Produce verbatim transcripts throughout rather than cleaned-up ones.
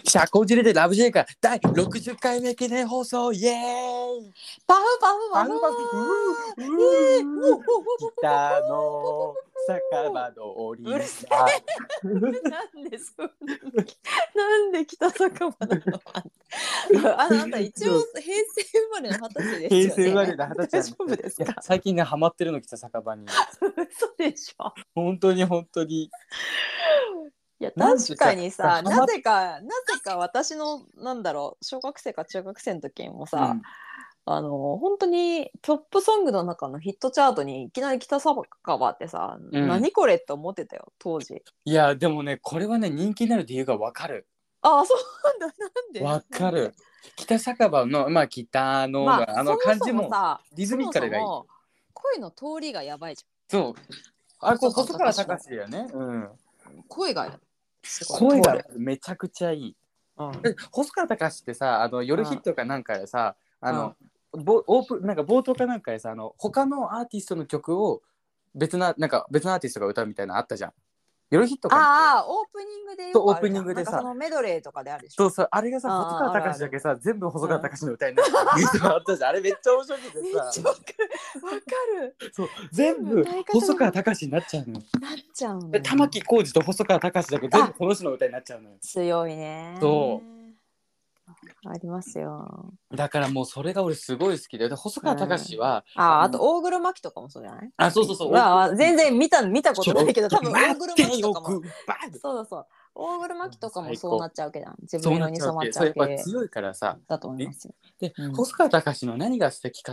社交辞令でラブジェイカーだいろくじゅっかいめ記念放送イエーイパフパフパフパフパフうー北の酒場のおりうるせえなんでそんななんで北酒場なのあのあなた一応平成生まれの二十歳ですよね。 平成生まれの二十歳大丈夫ですか。 最近ねハマってるの北酒場に嘘でしょ。 本当に本当にいや確かにさ、なぜかなぜか私のなんだろう小学生か中学生の時もさ、うん、あの本当にトップソングの中のヒットチャートにいきなり北酒場ってさ、うん、何これって思ってたよ当時。 いやでもねこれはね人気になる理由がわかる。 ああそうなんだ。なんでわかる。北酒場のまあ北の、まあ、あの漢字もリズミカルがいい。 そもそも声の通りがやばいじゃん。そう。あこれ細川たかしだよね。うん。 声が声がめちゃくちゃいい。うん、細川たかしってさあの夜ヒットかなんかでさ、うん、あの、うん、オープなんか冒頭かなんかでさあの他のアーティストの曲を別ななんか別のアーティストが歌うみたいなのあったじゃん。夜ヒットかああオープニングでよくあるじゃん。 オープニングでさそのメドレーとかであるでしょ。 そうそうあれがさ細川たかしだけさ全部細川たかしの歌になってるあったじゃん。あれめっちゃ面白くてさ。 めっちゃわかるわかる。 そう全部細川たかしになっちゃうの。なっちゃうの。 で玉置浩二と細川たかしだけ全部この人の歌になっちゃうのよ。 強いね。 そうありますよ。 だからもうそれが俺すごい好きで、で細川たかしは、 うん、ああと大黒摩季とかもそうじゃない？ あそうそうそう。 まあ全然見た見たことないけど多分大黒摩季とかもそうそう大黒摩季とかもそうなっちゃうけど自分用に染まっちゃうけど強いからさだと思いますよ。 で、うん、細川たかしの何が素敵かって、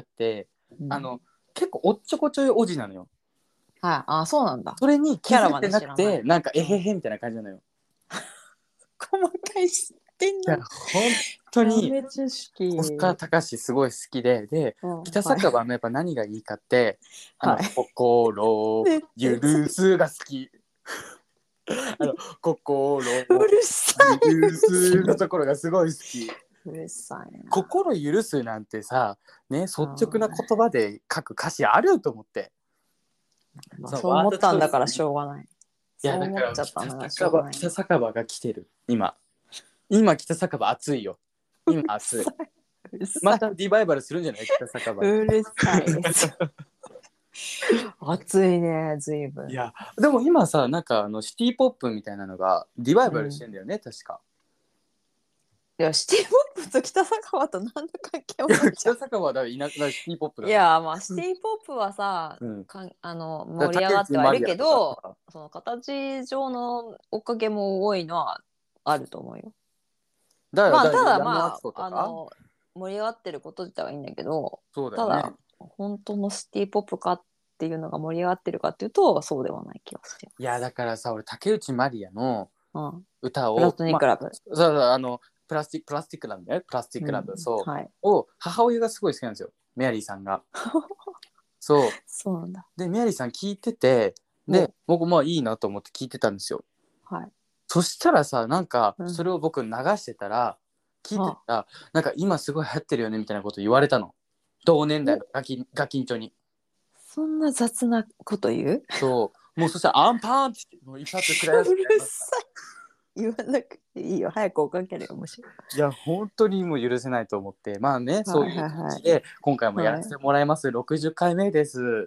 うん、あの結構おっちょこちょいおじなのよ。 はい、あそうなんだ。 それに気づいてなくてなんかえへへみたいな感じなのよ。 細かい知ってんの。 本当に細川たかしすごい好きで、で、うん、北酒場のやっぱ何がいいかって、はい、あの心許すが好き。あの心うるさい許すのところがすごい好き。 うるさいな。 心許すなんてさ、ね、率直な言葉で書く歌詞あると思って。 まあ、そう思ったんだからしょうがない。 いやだから北酒場が来てる今。今北酒場熱いよ。今熱い。またリバイバルするんじゃない北酒場。 うるさいです。熱いね随分。 いやでも今さなんかあのシティポップみたいなのがリバイバルしてんだよね、うん、確か。 いやシティポップと北酒場と何の関係もない。 北酒場はだからいなくなるシティポップだ。 いやまあシティポップはさ、うん、かんあの盛り上がってはいるけどその形上の追っかけも多いのはあると思うよ。だまあただまああの盛り上がってること自体はいいんだけど、 そうだよね、 ただ本当のシティポップかっていうのが盛り上がってるかっていうとそうではない気がして。 いやだからさ俺竹内まりやの歌を、 うん、プラスティックラブ、ま、 そうそうあのプラスティックプラスティックラブねプラスティックラブ、うん、そう、はい、を母親がすごい好きなんですよメアリーさんが。そうそうなんだ。 でメアリーさん聞いててで僕まあいいなと思って聞いてたんですよ。 はい。 そしたらさなんかそれを僕流してたら、うん、聞いてたらなんか今すごい流行ってるよねみたいなこと言われたの同年代のガキガキンチョに。 そんな雑なこと言う？ そうもうそしたらアンパンってもう一発くらい。 うるさい言わなくていいよ早く追っかけるよもし。 いや本当にもう許せないと思ってまあね、はいはいはい、そういう感じで今回もやらせてもらいます、はい、ろくじゅっかいめです。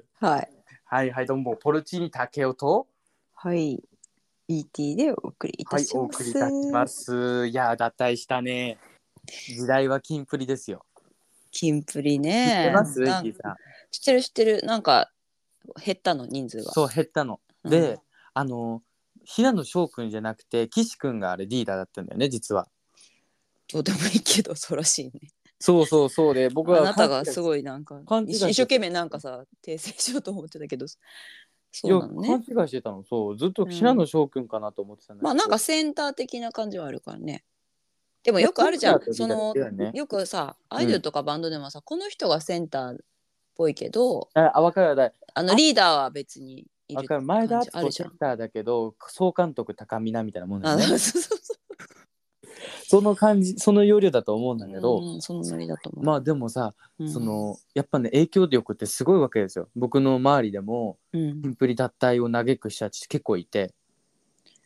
はいはいはいどうもポルチーニ竹雄とはい イーティー でお送りいたします。 はいお送りいたします。いや脱退したね。時代はキンプリですよ。 キンプリね。 知ってます？イーティーさん。 知ってる知ってる。なんか減ったの人数が。 そう減ったの、うん、であの平野翔くんじゃなくて岸くんがあれリーダーだったんだよね実は。 どうでもいいけどそうらしいね。 そうそうそうで僕はあなたがすごいなんか一生懸命なんかさ訂正しようと思ってたけどそうなのね。 いや勘違いしてたの。そうずっと平野翔くんかなと思ってたんだけど、 うん、まあなんかセンター的な感じはあるからね。でもよくあるじゃんそのよくさアイドルとかバンドでもさ、うん、この人がセンターっぽいけどあ分かるだあのリーダーは別にいる感じ前田敦子センターだけど総監督高見菜みたいなもんだよね。 そうそうそうその感じその要領だと思うんだけど、 うん、そのノリだと思う。 まあでもさ、うん、そのやっぱね影響力ってすごいわけですよ。僕の周りでも、うん、キンプリ脱退を嘆く人たち結構いて、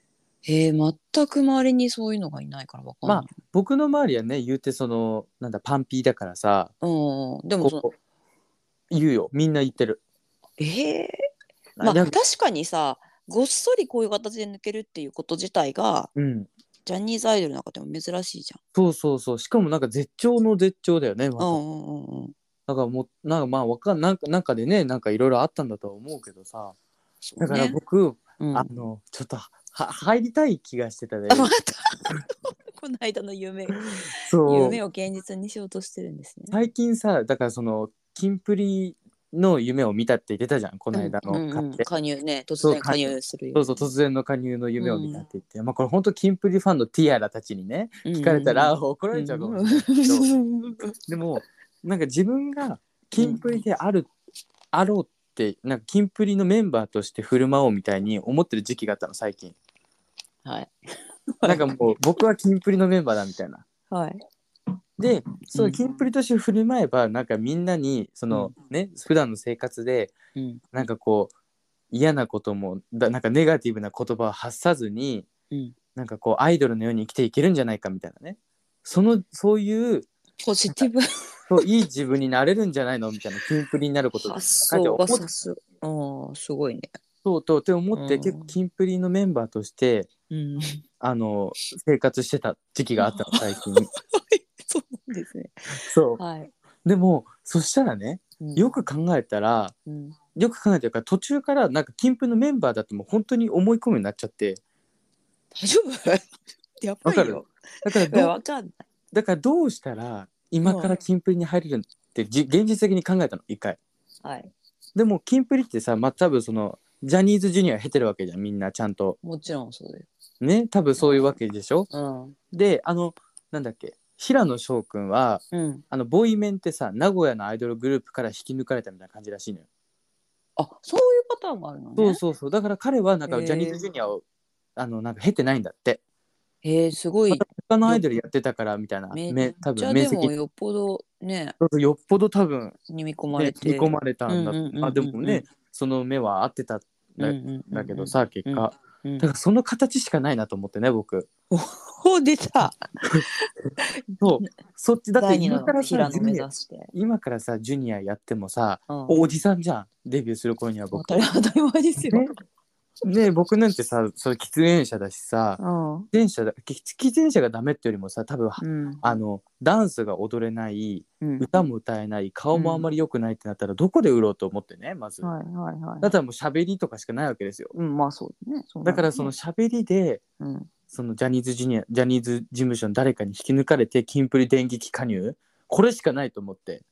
へえ、全く周りにそういうのがいないからわかんまあない。 僕の周りはね言うてそのなんだパンピーだからさ、 うん、でもその、 こう言うよ、みんな言ってる。 ええ、 あなんかまあ確かにさ、ごっそりこういう形で抜けるっていうこと自体がうん、 ジャニーズアイドルの中でも珍しいじそうそうそう、しかもなんか絶頂の絶頂だよねゃん。うまた。 んうんうんうん。 だからもうなんかまあわかんなんかなんかでねなんかいろいろあったんだとは思うけどさ、だからそうね。 僕あうん。 のちょっとは入りたい気がしてたあ、まで。 たこの間の夢、 そう夢を現実にしようとしてるんですね。 最近さだからそのキンプリの夢を見たって言ってたじゃんこの間うんうんうん。 の回で。 加入ね、突然加そうか入するそうそう夢ね。 突然の加入のう夢を見たってん言って、まあこれ本当キンプリファンのティアラたちにねうん聞かれたうんら怒らうれちゃうかもん。 しれないけど、でもなんか自分がキンプリである、あろうってなんかキンプリのメンバーとして振る舞おうみたいに思ってる時期があったの最近。 はい。 なんかもう僕はキンプリのメンバーだみたいな。 はい。 でそのうんキンプリとして振る舞えばなんかみんなにそのね普段の生活でうんなんかこう嫌なこともだなんかネガティブな言葉を発さずにうん。 なんかこうアイドルのように生きていけるんじゃないかみたいなね、そのそういうポジティブそういい自分になれるんじゃないのみたいな、キンプリになることでみたいな感じで発想が思ってさす。ああ、すごいね。 そうとって思うって結構ん。 キンプリのメンバーとしてうん。 あの生活してた時期があったの最近。 そうなんですね。 そはい。 うでもそしたらねうんよく考えたらうん。 よく考えてるから途中からなんかキンプリのメンバーだってもう本当に思い込むようになっちゃって。 大丈夫やわかる。 ばいよ。いや、 だからどうわかんない。 だからどうしたら今かうん。 らキンプリに入れるってじ現実的に考えたの一回。 はい。 でもキンプリってさまあ多分そのジャニーズジュニア経てるわけじゃんみんなちゃんともちろんそうだよ。 ね、多分そういうわけでしょ。 うん。 であのなんだっけ平野翔くんはうん。 あのボイメンってさ名古屋のアイドルグループから引き抜かれたみたいな感じらしいのよ。 あ、そういうパターンもあるのね。 そうそうそう、だから彼はなんかジャニーズへえ。 ジュニアをあのなんか経てないんだって。 へえ、すごまたい他のアイよ。 ドルやってたからみたいなめっめ多ちゃで分面積もよっぽどね、 よっぽど多分に見込まね、 れて。 組み込まれたんだ。 うんうんうんまあでもね、 うんうん。 その目は合ってたんだ、 うんうんうんだけどさ、結うん果。 うんうん。 だからその形しかないなと思ってね、僕。 おお、出た。 そう、そっちだって第二今からさ、 の平野目ジュニア、 指して。 今からさ、ジュニアやってもさ、 うん。 おじさんじゃん、デビューする頃には僕。 当たり当たり前ですよ。 ね、ね僕なんてさ、それ喫煙者だしさ、 うん。 喫煙者だ、喫喫煙者がダメってよりもさ、多分うん。 あのダンスが踊れない、 うん。 歌も歌えない、顔もあんまり良くないってなったら、どこで売ろうと思ってね、まず。 はいはいはい。 だったらもう喋りとかしかないわけですよ。 うん、まあそうだね。そうなだからるね。 その喋りでうん。 そのジャニーズジュニアジャニーズ事務所の誰かに引き抜かれてキンプリ電撃加入、これしかないと思って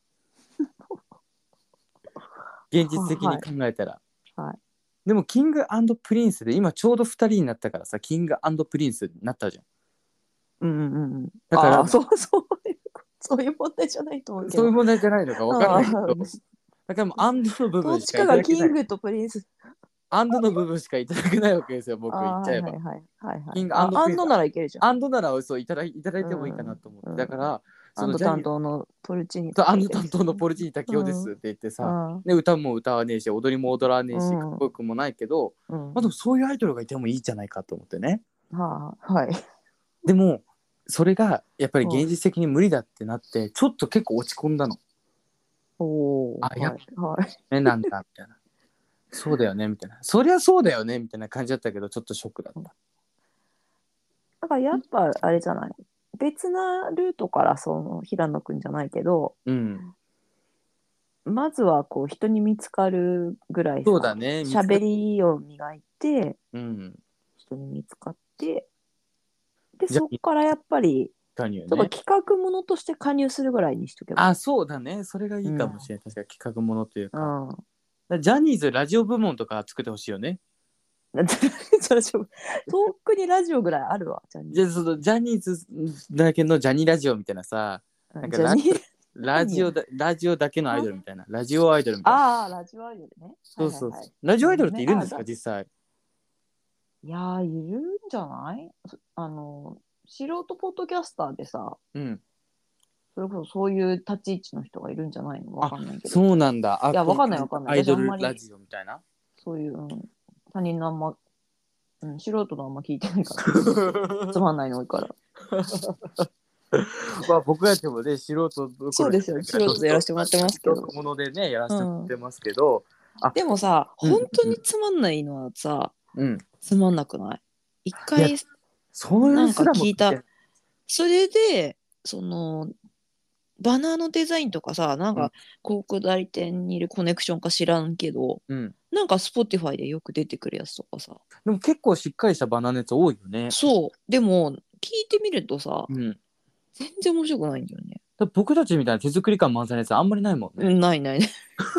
現実的に考えたら、 はいはい。 でもキングプリンスで今ちょうどふたりになったからさ、キングプリンスになったじゃん。 うんうんうん。 だからああ、そうそういう、そういう問題じゃないと思うけど。 そういう問題じゃないのか分かんないけど、 ああ、 だからもうアンドの部どっ分しかいちかがただけない、 キングとプリンス。 アンドの部分しかいただけないわけですよ僕ああ、はい言っちゃえば。 はいはい。はいはい。 キングあ、アプリンスンドならいけるじゃん。 アンドならそういただいいただいてもいいかなと思って、 うん。うん。 だからそアンドのジャニー担当のポルチーニそうあのだけですよね。 担当のポルチーニ滝雄ですって言ってさ、 うん。 で歌も歌わねえし踊りも踊らねえしかっうん。 こよくもないけど、 うん。 まあ、でもそういうアイドルがいてもいいじゃないかと思ってね。 はあ、はい。 でもそれがやっぱりうん。 現実的に無理だってなってちょっと結構落ち込んだの。 おお、 あやっはいはい。 ぱねなんだみたいな、そうだよねみたいな、そりゃそうだよねみたいな感じだったけどちょっとショックだった。 だからやっぱあれじゃない。別なルートからその平野くんじゃないけど、 うんまずはこう人に見つかるぐらいそうださ、 ね見つか喋りを磨いて、 うん人に見つかって、で、 じゃそっからやっぱり、ちょっとあ加入ね。 企画ものとして加入するぐらいにしとけば。 あそうだね、それがいいかもしれない、確かに企画ものといううか、 ん。 ジャニーズラジオ部門とか作ってほしいよね。 ラジオ、遠くにラジオぐらいあるわ、ジャニーじゃあそのジャニーズだけのジャニラジオみたいなさ、 ズ。 なんかラジャニーラジオだラジオだけのアイドルみたいな、ラジオアイドルみたいな。 ああ、ラジオアイドルね。 そうそうそう、 はいはいはい。 ラジオアイドルっているんですね、あだか実際。 いやー、いるんじゃないそあの、素人ポッドキャスターでさ、 うん。 それこそそういう立ち位置の人がいるんじゃないのわあかんないけど。 そうなんだ。あいや、 こうわかんないわかんない。 アイド私あんまりルラジオみたいな。 そういう、うん、他人のあんまうん、素人のあんま聞いてないからつまんないの多いからまあ僕らでもね素人の頃そうですよ素人でやらせてもらってますけどものでねやらせてもらってますけど、 うん、あでもさ、 うん、 本当につまんないのはさ、うん、つまんなくない？一回なんか聞いた。それでそのバナーのデザインとかさ、なんか広告代理店にいるコネクションか知らんけど、うん、なんか Spotify でよく出てくるやつとかさ。 でも結構しっかりしたバナーのやつ多いよね。 そう。でも聞いてみるとさ、うん、全然面白くないんだよね。 だ僕たちみたいな手作り感満載のやつあんまりないもんね。 ないないね。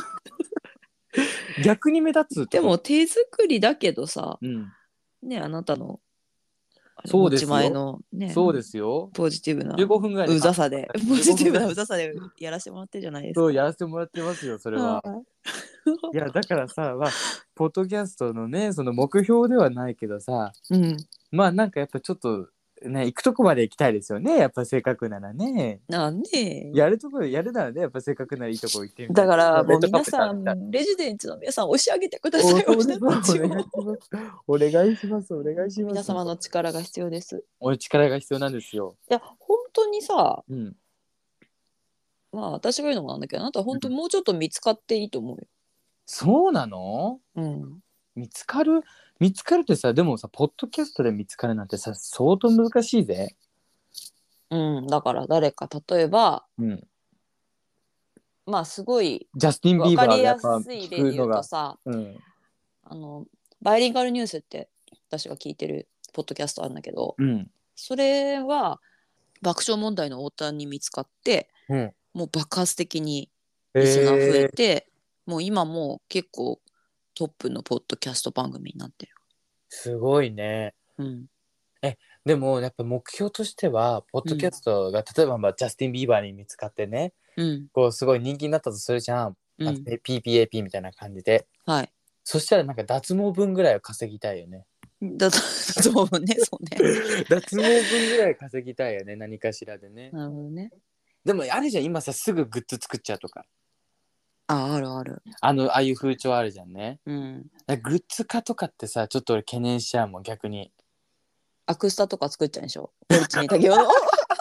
逆に目立つ。 でも手作りだけどさ、うん、ねあなたのそうですよ。 持ち前のね、 そうですよ。 ポジティブなじゅうごふんぐらいうざさで、ポジティブなうざさでやらせてもらってるじゃないですか。 そうやらせてもらってますよそれは。いやだからさ、まあ、ポッドキャストのねその目標ではないけどさ、うん、まあなんかやっぱちょっとね行くとこまで行きたいですよねやっぱせっかくならね。 なんでやるとこやるならねやっぱせっかくならいいとこ行ってみたい。 だからもう皆さんレジデンツの皆さん押し上げてください。お願いしますお願いします。 皆様の力が必要です。 お力が必要なんですよ。 いや本当にさ、うん、まあ私が言うのもなんだけどあなた本当もうちょっと見つかっていいと思うよ。 そうなの？うん。見つかる見つかるってさでもさポッドキャストで見つかるなんてさ相当難しいぜ。 うん、だから誰か例えば、うん、まあすごいジャスティン・ビーバーがやっぱ分かりやすい例で言うとさ、うん、あのバイリンガルニュースって私が聞いてるポッドキャストあるんだけど、うん、それは爆笑問題の太田に見つかって、うん、もう爆発的にリスナー増えて、えー、もう今もう結構トップのポッドキャスト番組になってる。 すごいね。うん、えでもやっぱ目標としてはポッドキャストが、うん、例えば、まあ、ジャスティン・ビーバーに見つかってね、うん、こうすごい人気になったとするじゃん、うん、ピーピーエーピー みたいな感じで、はい、そしたらなんか脱毛分ぐらいは稼ぎたいよね。 脱毛分ねそうね脱毛分ぐらい稼ぎたいよね何かしらでね。 なるほどね。 でもあれじゃん今さすぐグッズ作っちゃうとか。 ああるあるあのああいう風潮あるじゃんね、うん、グッズ化とかってさちょっと俺懸念しちゃうもん逆に。 アクスタとか作っちゃうんでしょポルチに竹雄の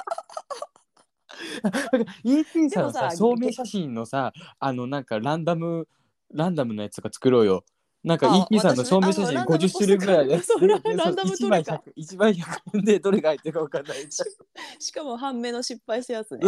イーティー さんのさ証明写真のさあのなんかランダムランダムのやつとか作ろうよ。なんか イーティー さんの証明写真ごじゅっ種類ぐらいでいちまいひゃくえんでどれが入ってるか分かんないしかも判明の失敗するやつね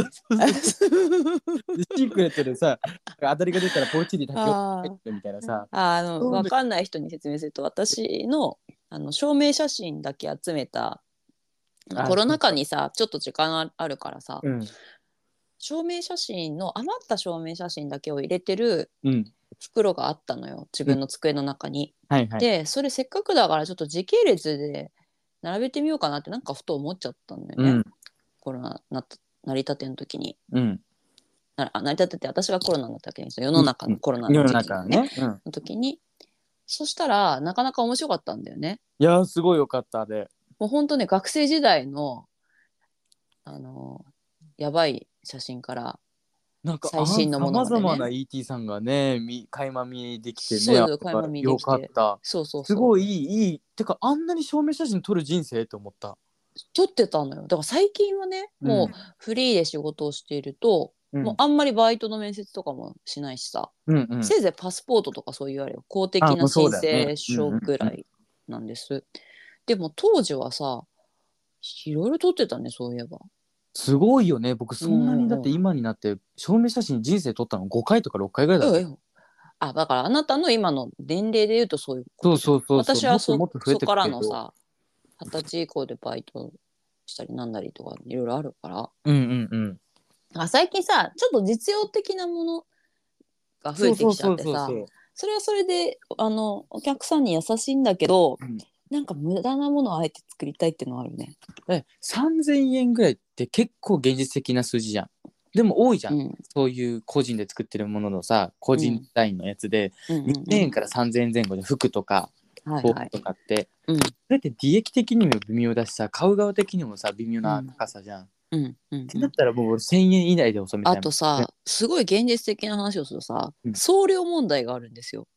シークレットでさ当たりが出たらポーチに竹雄入ってるみたいなさ。 あの分かんない人に説明すると私のあの証明写真だけ集めたコロナ禍にさちょっと時間あるからさ、うん、証明写真の余った証明写真だけを入れてる袋があったのよ自分の机の中に、うんはいはい、でそれせっかくだからちょっと時系列で並べてみようかなってなんかふと思っちゃったんだよね、うん、コロナな成り立ての時に、うん、な成り立てって私がコロナになった時に世の中のコロナの時期に、ねうん、の時にそしたらなかなか面白かったんだよね。 いやすごいよかったでもう本当ね学生時代のあのやばい写真からなんか最新のものまでね。様々な イーティー さんがね垣間見できてね。 そう垣間見できてよかった。 そうそうそうすごいいいいいてかあんなに証明写真撮る人生と思った。 撮ってたのよ。だから最近はね、うん、もうフリーで仕事をしていると、うん、もうあんまりバイトの面接とかもしないしさ、うんうん、せいぜいパスポートとかそういうあれ公的な申請書ぐらいなんです。でも当時はさいろいろ撮ってたねそういえば。 すごいよね僕そんなにだって今になって証明写真人生撮ったのごかいとかろっかいぐらいだった、うん、 あだからあなたの今の年齢で言うとそういうこと。 そうそうそうそう私は そ, もっともっとそこからのさはたち以降でバイトしたりなんだりとかいろいろあるから、うんうんうん、あ最近さちょっと実用的なものが増えてきちゃってさそれはそれであのお客さんに優しいんだけど、うん、なんか無駄なものをあえて作りたいっていうのはあるね。 さんぜんえんぐらいって結構現実的な数字じゃん。でも多いじゃん、うん、そういう個人で作ってるもののさ個人デザインのやつで、うん、にせんえんからさんぜんえん前後で服とか服とかって、はいはい、それって利益的にも微妙だしさ買う側的にもさ微妙な高さじゃん、うんうんうんうん、だったらもうせんえん以内で収めたい。 あとさすごい現実的な話をするとさ、うん、送料問題があるんですよ。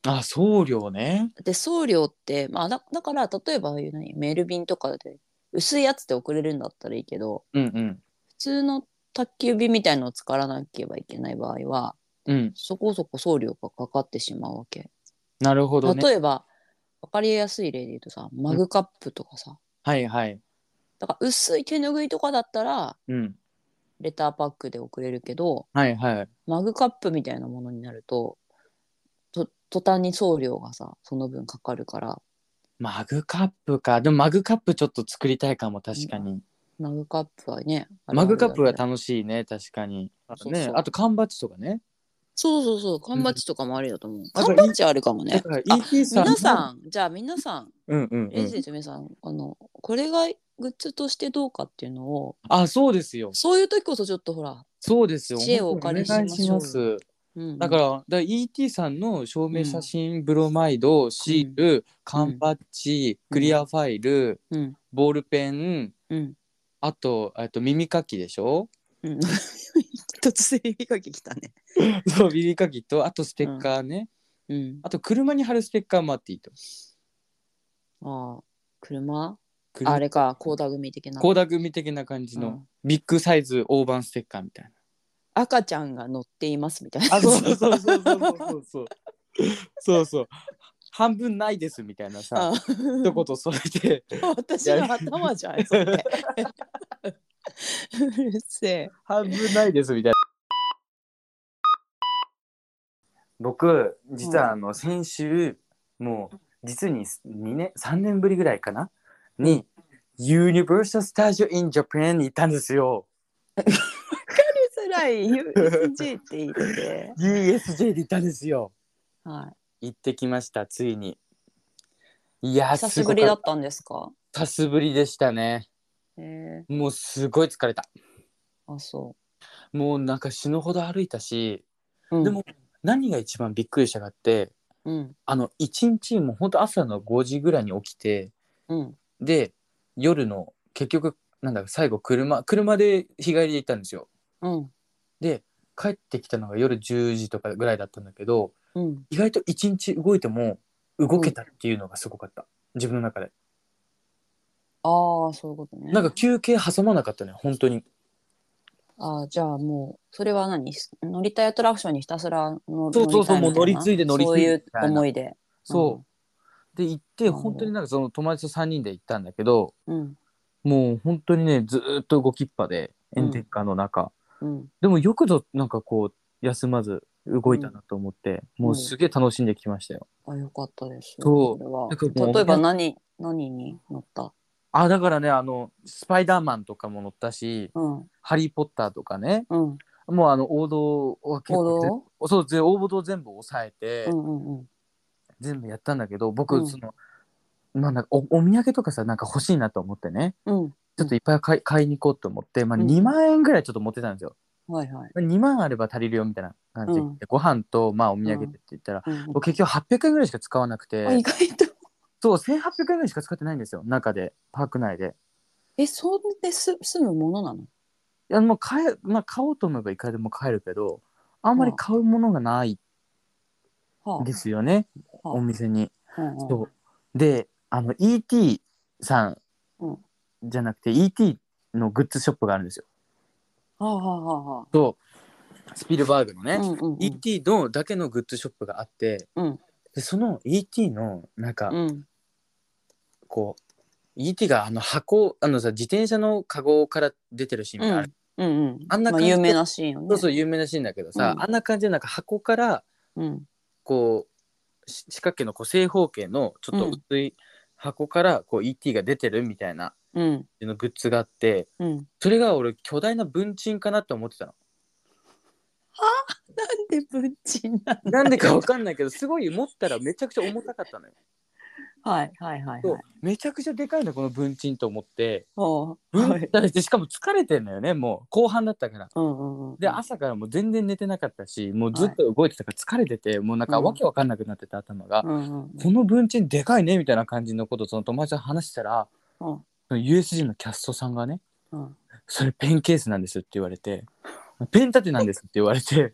あ、送料ね。 で送料って、まあ、だ、だから例えば何メール便とかで薄いやつで送れるんだったらいいけど、 うんうん。 普通の宅急便みたいのを使わなければいけない場合はうん。 そこそこ送料がかかってしまうわけ。 なるほどね。 例えば分かりやすい例で言うとさ、マうん。 グカップとかさ、 はいはい。 だから薄い手ぬぐいとかだったらうん。 レターパックで送れるけど、 はいはい。 マグカップみたいなものになるとと途端に送料がさその分かかるから、 マグカップか。でもマグカップちょっと作りたいかも、確かに。 マグカップはねあるマグカップはあるだけど、 楽しいね、確かに。あとね、 そうそうあと缶バッジとかね。 そうそうそう、缶うん。 バッジとかもありだと思う。 だから、い缶バッジあるかもね。 だからあ、 イーティー さん皆の、 さん、じゃあ皆さん、 うんうんうん。 レジデント皆さん、あの、これがグッズとしてどうかっていうのを、 あ、そうですよ。 そういう時こそちょっとほら、 そうですよ。 知恵をお本当にお借りし願いしましょうよ。 ます。 うんうん。 だから、だから イーティー さんの証明写うん真、ブロマイド、シール、 うん缶バッジ、 うんクリアファイル、 うんボールペン、 うんあと、えっと耳かきでしょ。 うん。突然指かけきたね。 そう、耳かきと、あとステッうんカーね。 うん。 あと、車に貼るステッカーもあっていいと。 ああ、車あ車、 れか、コーダ組的な。 コーダ組的な感じのうん。 ビッグサイズ大判ステッカーみたいな。 赤ちゃんが乗っていますみたいな。 あ、そうそうそうそうそうそうそう。そうそう。半分ないですみたいなさ、 あ一言添えて私やる。 の頭じゃん、それ。うるせえ。 半分ないですみたいな。僕、実はあの先週、もう実ににねん、さんねんぶりぐらいかなに、Universal Studio in Japan に行ったんですよ。 わかりづらい ユーエスジェー って言って。 ユーエスジェー で行ったんですよ。 は行ってきました、ついに。いい。 やー、 久しぶすごかった。 りだったんですか？ 久しぶりでしたね。 へえ。 もうすごい疲れた。 あ、そもうなんか死ぬほど歩いたし、 う。うんでも何が一番びっくりしたかって、 うんあの一日もうほんと朝のごじぐらいに起きて、 うんで夜の結局なんだ最後車車で日帰りで行ったんですよ。 うんで帰ってきたのが夜じゅうじとかぐらいだったんだけど、 うん意外と一日動いても動けたっていうのがすごかった、自分の中で。 ああ、そういうことね。 なんか休憩挟まなかったね、本当に。 ああ、じゃあもう、それは何乗りたいアトラクションにひたすらの乗りそうそうそう、もう乗りたいみたいな、 継いで乗り継いでみそういうたいな。 思いで。うん。 そうで行ってなるほど。 本当になんかその友達とさんにんで行ったんだけど、 うんもう本当にねずーっと動きっぱでうん炎天下の中、 うんでもよくぞなんかこう休まず動うんいたなと思って、もううん。 すげえ楽しんできましたよ。 あ、よかったです。 そう。 それは。 なんかもう例えばみな何、何に乗った？ あ、だからね、あのスパイダーマンとかも乗ったし、 うんハリー・ポッターとかね、 うん。 もうあの王道は結構ぜ王道？ そうぜ王道全部抑えて、 うんうんうん全部やったんだけど、 うん僕そのまあなんか お, お土産とかさなんか欲しいなと思ってね、 うんうんちょっといっぱい買い買いに行こうと思って、まあ、 うん。 にまん円ぐらいちょっと持ってたんですよ。 はいはい。 にまんあれば足りるよみたいな感じで、 うんご飯とまあお土産でっうんて言ったら、 うんうん。 僕結局はっぴゃくえんぐらいしか使わなくあ、意て、 外と。 そうせんはっぴゃくえんぐらいしか使ってないんですよ、中でパーク内で。 え、そんです住むものなの？ いやもう買え、まあ、買おうと思えばいくらでも買えるけど、あんまりは買うものがないあはんですよね、 あはお店に。 あ。うんうんそうで、あの イーティー さんうん。 じゃなくて イーティー のグッズショップがあるんですよ。 はあはあはあはあ。 そうスピルバーグのね、 うんうんうん。 イーティー のだけのグッズショップがあって、 うんでその イーティー のなんか、 うんこう イーティー があの箱あのさ自転車のカゴから出てるシーンみたいな、 うんうんうん。 あんな感じで、 まあ有名なシーンよね。 そうそう有名なシーンだけどさ、 うんあんな感じでなんか箱からうんこうし四角形のこう正方形のちょっと薄い箱からこう イーティー が出てるみたいなうんのグッズがあって、 うん。 それが俺巨大な文鎮かなって思ってたの。 なんで文鎮なんだよ。 なんでかわかんないけどすごい持ったらめちゃくちゃ重たかったのよ。 はいはいはいそうはい。 めちゃくちゃでかいのこの文鎮と思って、 おう文はい。 だってしかも疲れてんのよね、もう後半だったから。 うんうんうん。 で朝からもう全然寝てなかったし、もうずっはい。 と動いてたから疲れてて、もうなんかわけわかんなくなってた頭が、 うんうんこの文鎮でかいねみたいな感じのことをその友達と話したら、 うんその ユーエスジー のキャストさんがね、 うん。 それペンケースなんですって言われて、ペン立てなんですって言われて、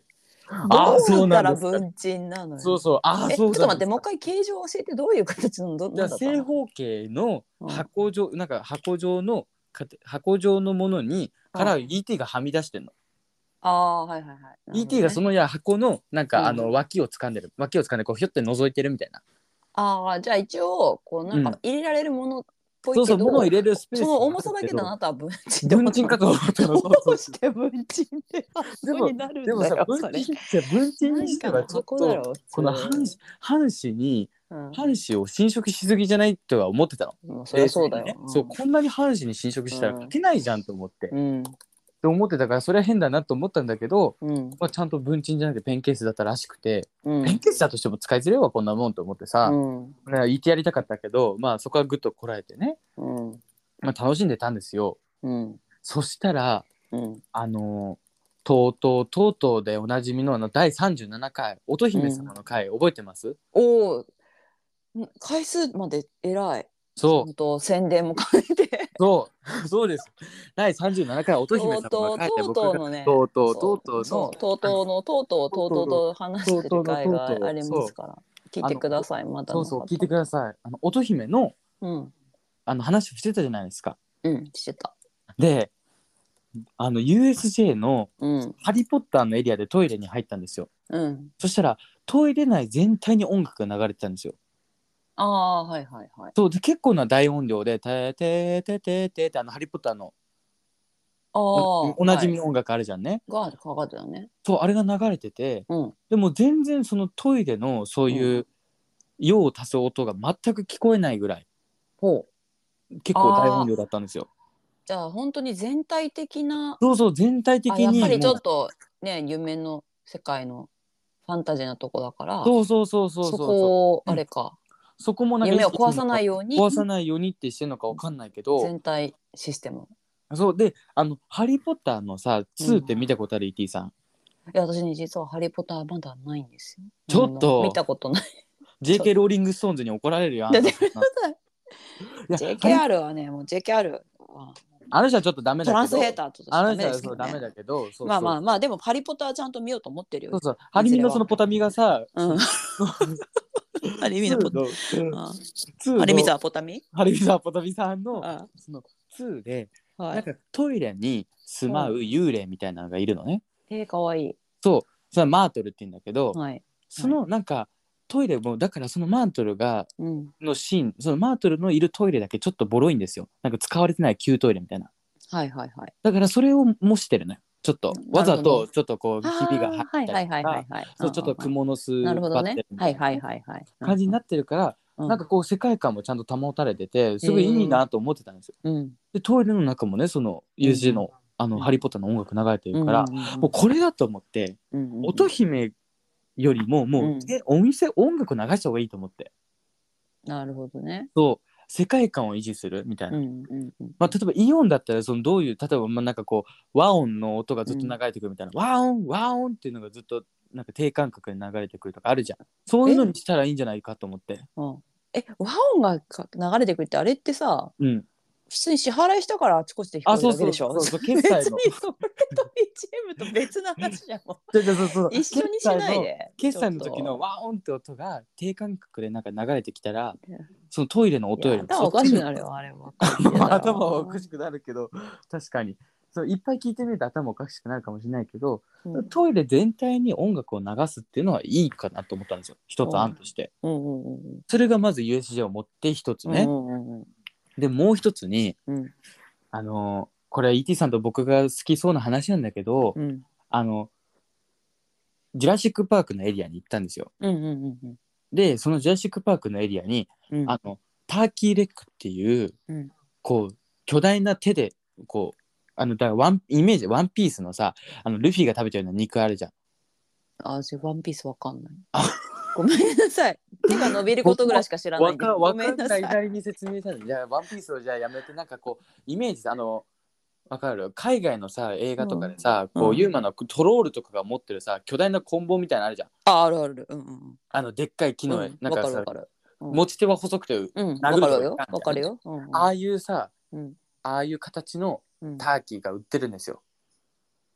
どうそうなったらなんですか。 文鎮なのよ。 そうそう。ああ、 え、ちそうょっと待って、もうなんですか。 一回形状教えて、どういう形のどじゃあなんだったの？ 正方形のうん箱状、なんか箱状のかて箱状のものにからうんイーティー がはみ出してんの。 ああ、はいはいはい。なるほイーティーどね。 がそのや箱のなんうんかあの脇を掴んでる。脇を掴んでこうひょって覗いてるみたいな。 ああ、じゃあ一応、こうなんかうん。 入れられるものっぽいそうそう、物を入けど、 れるスペーそのスはあ重さだけであるけど、 なたは文鎮って文ことなの？ 鎮かと思ったの。そうそうそう。 どうして文鎮って発でも、 想になるでもさ、 んだよ、 文それ。 鎮って文鎮なんかのにしてはちょっと、 箱だろ、普この半通。 紙、半紙に、 うん。 半紙を侵食しすぎじゃないとは思ってたの。 もうそりゃそうだよ。 冷静にね。そう、こんなに半紙に侵食したら書うん。 けないじゃんと思って。 うん。 って思ってたから、それは変だなと思ったんだけど、 うん。 まあ、ちゃんと文鎮じゃなくてペンケースだったらしくて、 うん。 ペンケースだとしても使いづらいわ、こんなもんと思ってうさ、 ん。 ね言ってやりたかったけど、まあそこはぐっとこらえてね、 うん。 まあ、楽しんでたんですよ。 うん。 そしたら、 うん。 あのとうとうとうとうでおなじみのあのだいさんじゅうななかい乙姫様の回、覚えてます？ おお、回数まで偉い。ちゃそうんと宣伝も兼ねて。 そうそうです。だいさんじゅうななかい乙姫とうとう、 様の回でとう僕がとうのね、 とうとうとうそう、 とうのそう、とうとうの、とうとう、とうとうと話してるとうとうの回があとうとうりますから、聞いてあのください、まだそうの方。 そう聞いてください。あの乙姫のうん、 あの話をしてたじゃないですか。 うん、してた。 で、あの ユーエスジェー のうん、 ハリー・ポッターのエリアでトイレに入ったんですよ。 うん。 そしたらトイレ内全体に音楽が流れてたんですよ。 ああ、はいはいはい。 そうで結構な大音量で「てーてーてーてーてー」ってあのハリー・ポッターのああ、 おおなはい。 じみの音楽あるじゃんね。 がかかってたね。 そうあれが流れてて、 うん、 でも全然そのトイレのそういう用を足す音が全く聞こえないぐらいほう。 結構大音ああ、 量だったんですよ。 じゃあ本当に全体的な、 そうそう全体あ、 的やっぱりちにもうょっとね、夢の世界のファンタジーなとこだから、 そうそうそうそうそそうそこをう、うん、 あれか、 そこもなんか意夢を壊さ識してるのかないように壊さないようにってしてるのかわかんないけど、 全体システム。 そうであのハリー・ポッターのさツーって見たことある、イーティー さん。 いや私ね実はハリー・ポッターまだないんですよ。 ちょっと見たことない。 ジェーケー ローリング・ストーンズに怒られるよあんだってなそんな。いやハリジェーケーアール はねもう ジェーケーアール はあの人はちょっとダメトランスだけど、 ヘーターとしてあのダメ人はそうダですけどね。 メだけど、そうそうまあまあまあでもハリー・ポッターちゃんと見ようと思ってるよ。 そうそうハリミのそのポタミがさ、 うん。ハリミのポタのツーのハリミザーポタミ。 ハリミザーポタミさんのあそのツーではい。 なんかトイレに住まう幽霊みたいなのがいるのね。 えー、かわいい。 そうそれはマートルって言うんだけど、 はい。 そのなんかトイレもだからそのマートルがうん。 のシーン、そのマートルのいるトイレだけちょっとボロいんですよ。なんか使われてない給トイレみたいな。 はいはいはい。 だからそれを模してるのよ。ちょっとわざなるほど。 とちょっとこうひびが入ああはいったりとはいはいはいか、 はい。 そうちょっと蜘蛛の巣なるほどね。 張ってるみたいなねはいはいはいはい。 感じになってるから、 うんなんかこう世界観もちゃんと保たれててすごいいいなと思ってたんですよ。 うんでトイレの中もねその ユーエスジェー の、あの、 うんハリー・ポッターの音楽流れてるから、 うんうんうんうんもうこれだと思って、 うんうんうん乙姫よりももう、 うんえお店音楽流した方がいいと思って、 なるほどね。 そう世界観を維持するみたいな。 うんうんうん。 まあ、例えばイオンだったらそのどういう例えばまあなんかこう和音の音がずっと流れてくるみたいな、和音和音っていうのがずっとなんか低感覚で流れてくるとかあるじゃん。そういうのにしたらいいんじゃないかと思って。 うん、え和音がか流れてくるってあれってさうん。 普通に支払いしたからあちこちで聞こあ、 えるそうそうだけでしょ。 そうそう、 別決済の。 にそれと ビージーエム と別の話じゃんもそうそうそうう。一緒にしないで。 決済の決済の時の和音って音が低感覚でなんか流れてきたら、そのトイレの音よりも頭おかしくなるよあれは。 頭はおかしくなるけど、確かにそういっぱい聞いてみると頭おかしくなるかもしれないけど、 うんトイレ全体に音楽を流すっていうのはいいかなと思ったんですよ、一つ案として。 うんうんうんうんそれがまず ユーエスジェー を持って一つね、 うんうんうんでもう一つにうんあのこれは イーティー さんと僕が好きそうな話なんだけど、 うんあのジュラシックパークのエリアに行ったんですよ。 うんうんうんでそのジュラシックパークのエリアに、 うんあのターキーレッグっていううんこう巨大な手でこうあのだからワンイメージワンピースのさあのルフィが食べてるような肉あるじゃん。 あじゃワンピースわかんない。 あごめんなさい。手が伸びることぐらいしか知らないんで。 わかごわかんめんなさい。 ないなりに説明したの。じゃあワンピースをじゃあやめてなんかこうイメージあのわかる海外のさ映画とかでさ、 うんうんこうユーマのトロールとかが持ってるさ巨大な棍棒みたいなのあるじゃん。 ああるある。うんうんあのでっかい木の、 うん。 なんかさわかるわかる。うん持ち手は細くてうん。 殴るとわかるよ。 かわかるよ。うんうんああいうさうんああいう形のうんターキーが売ってるんですよ。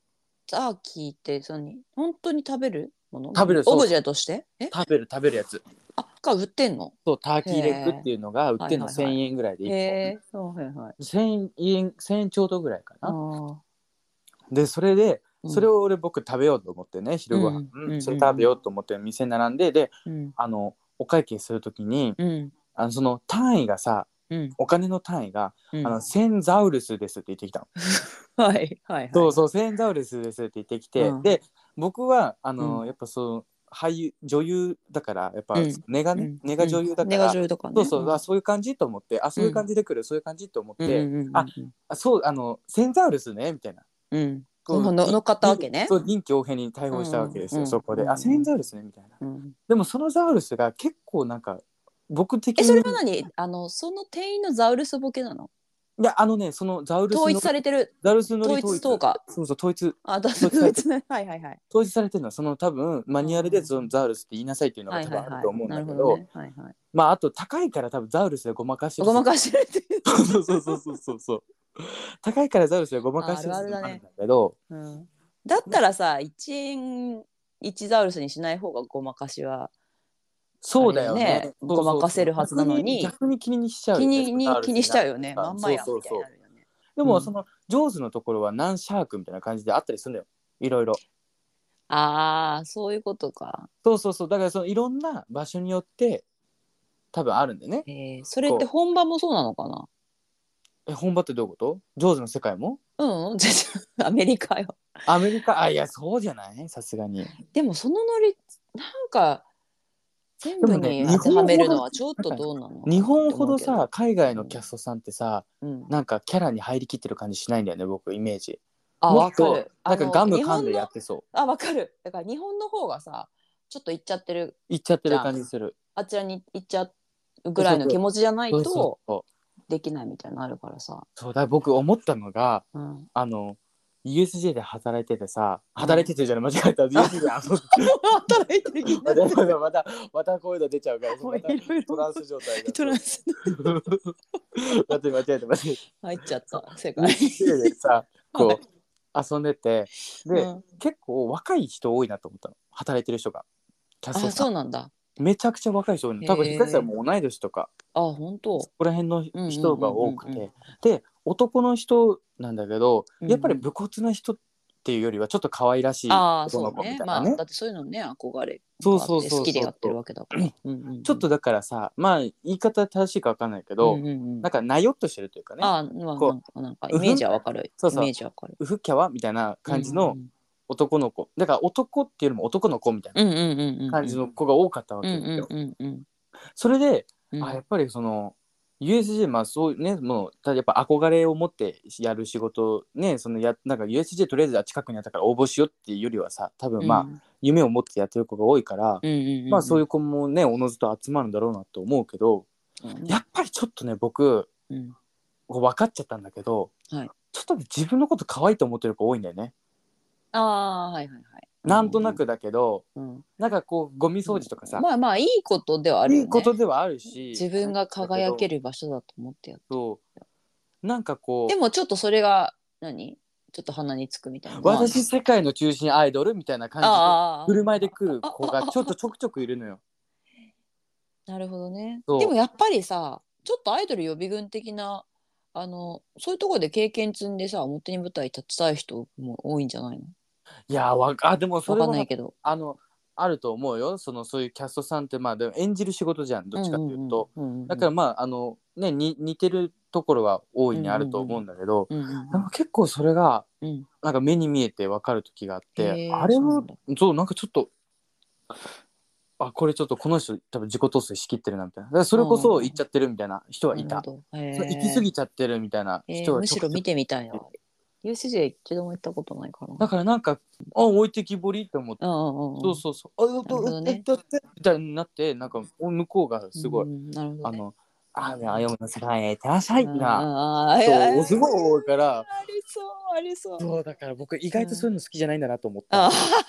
ターキーってその本当に食べるもの？ 食べる、そうオブジェとしてえ食べる食べるやつ。 あが売ってんの？ そう、ターキーレッグっへていうのが売ってんのはいはいはいせんえんぐらいでえ。 いっぽん。 へえそうはいはい。 せんえん、せんえんちょうどぐらいかあな。 ーで、それで、 うんそれを俺僕食べようと思ってね、昼ご飯、 うんうんそれ食べようと思って店並んで、で、 うんあの、お会計するときに、 うんあの、その単位がさ、 うんお金の単位が、 うんあの、センザウルスですって言ってきたの。 はいはいはい。 そうそう、センザウルスですって言ってきて、 うんで、僕は、あの、 うんやっぱそう、俳優、女優だから、やっぱ、 うん根がね、 うん根が女優だネガから、 ジョイとかそうそう、 ねうんあ、そういう感じと思って、あ、そういう感じで来る、そういう感じと思っうんて、 うんあ、 うんあそう、あの、センザウルスね、みたいな。 うんうんこうりの乗っかったわりけね。 そう臨機応変に対う応したわけですよ、 んうんそこで。あ、セうんンザウルスね、みたいな。 うんでもそのザウルスが結構なんか、僕的えそれに、 は何あのその店員のザウルスボケなの？ いや、あのね、そのザウルス統一の、 されてるザウルスのり統統一、 一とかそうそう、統一、 あだ統一されてる。 統一ねはいはいはい統一されてるのは、その多分、マニュアルでそのザウルスって言いなさいっていうのがはい多はいはい分あると思うんなだけど、 るほどねはいはいまあ、あと高いから多分ザウルスでごまかしてるごま説。 かしてるっていうそうそうそうそうそうそう。高いからザウルスでごまかああしてる説もあるんるあるだね、 だけど、 うん、だったらさいちえんいちザウルスにしない方がごまかしはあそうだれよよね。 ねごまかそうそうそう。 せるはずな逆に、 のに逆に気にしちゃう気よね。 にに気にしちゃうよねまんまそうやんみたいにそうそう。 なるよねでも、そうんの、ジョーズのところは何シャークみたいな感じであったりするのよ。いろいろ。 ああそういうことかそうそうそう。だから、そのいろんな場所によって、多分あるんでね。 えー、それってこ本場もそうなのかな？ う、え、本場ってどういうこと？ジョーズの世界もうん、全然アメリカよ。 アメリカ、あ、いや、そうじゃないさすがに。 でもそのノリなんか全部でもね、 に当ては日本ほど、 めるのはちょっとどうなのか日なって本ほ思うけど。 どさ、海外のキャストさんってさ、 うん、 なんかキャラに入りきってる感じしないんだよね、僕、イメージ。 あ、 もっと、 わかる。 なんかあのガム噛ん日本のでやってそう。 あ、わかる。だから日本の方がさ、ちょっと行っちゃってる言っちゃってるじゃん。 感じする。 あちらに行っちゃうぐらいの気持ちじゃないそうそうとそうできないみたいなのあるからさ。 そうだ、僕思ったのが、 うん。 あの ユーエスジェー で働いててさ、働いててじゃない、間違えた。 ユーエスジェー であの働いてる気になってまたまたまたまたこういうの出ちゃうから、 もうまたいろいろトランス状態がトランス待って間違えた間違え入っちゃった世た。 界。 ユーエスジェー でさ、こう遊んでて、で、 うん結構若い人多いなと思ったの、働いてる人が。キャストあ、 さんそうなんだ。 めちゃくちゃ若い人多いの。多分へー東さんも同い年とか、 あ、本当。 ここら辺の人が多くうんうんうんうんて、で男の人なんだけど、 うんうんやっぱり武骨な人っていうよりはちょっと可愛らしいああ、 男の子みそうね。 たいなね。 まあ、だってそういうのね、憧れそうがあってそうそうそう好きでやってるわけだから。うんうんうんちょっとだからさ、まあ言い方正しいか分かんないけど、 うんうんうんなんかなよっとしてるというかね、 ああ、まあ、 こうなんか、なんかイメージはわかる。 そうそうイメージはわかる。 ウフキャワみたいな感じのうんうん男の子、だから男っていうよりも男の子みたいなうんうんうんうん。 感じの子が多かったわうんけですよ。 うんうんうんそれで、 うん。 あやっぱりその ユーエスジェー、まあそうね、もうただやっぱ憧れを持ってやる仕事ね、そのやなんか ユーエスジェー とりあえず近くにあったから応募しようっていうよりはさ、多分まあ、夢を持ってやってる子が多いから、 うんうんうんうん、 まあそういう子もねおのずと集まるんだろうなと思うけど、 うんやっぱりちょっとね僕、 うん、 こう分かっちゃったんだけど、 はい、 ちょっとね自分のこと可愛いと思ってる子多いんだよね。 ああはいはいはい。 なんとなくだけど、 うん、 なんかこうゴミ掃除とかさ、 まあまあいいことではあるよね。 いいことではあるし、 自分が輝ける場所だと思ってやって。 そうなんかこうでもちょっとそれが何ちょっと鼻につくみたいな。 私世界の中心アイドルみたいな感じで振る舞いで来る子がちょっとちょくちょくいるのよ。 なるほどね。 そうでもやっぱりさちょっとアイドル予備軍的なあのそういうところで経験積んでさ表に舞台立ちたい人も多いんじゃないの？ いやわあでもそれはわかんないけどあのあると思うよ。そのそういうキャストさんってまあでも演じる仕事じゃん、どっちかっていうと、 うんうんうんうん、 だからまああのねに似てるところは大いにあると思うんだけど、 うんうんうん、 でも結構それがうんなんか目に見えて分かる時があって、 へーあれもそうなんだそうなんかちょっとあこれちょっとこの人多分自己統制しきってるなみたいな、だからそれこそ言っちゃってるみたいな人はいた。そう行き過ぎちゃってるみたいな人は、 えー、むしろ見てみたいな。ユーエスジェー 一度も行ったことないから。 だからなんかあ置いてきぼりって思って、 うんうんうん、 そうそうそうあっとね、 っとっとみたいになってなんか向こうがすごい、 うん、なるほどね、 あのあねあやむの世界へ行ってらっしゃいなあそうすごい多いからありそうありそう。 そうだから僕意外とそういうの好きじゃないんだなと思った、 うん、あ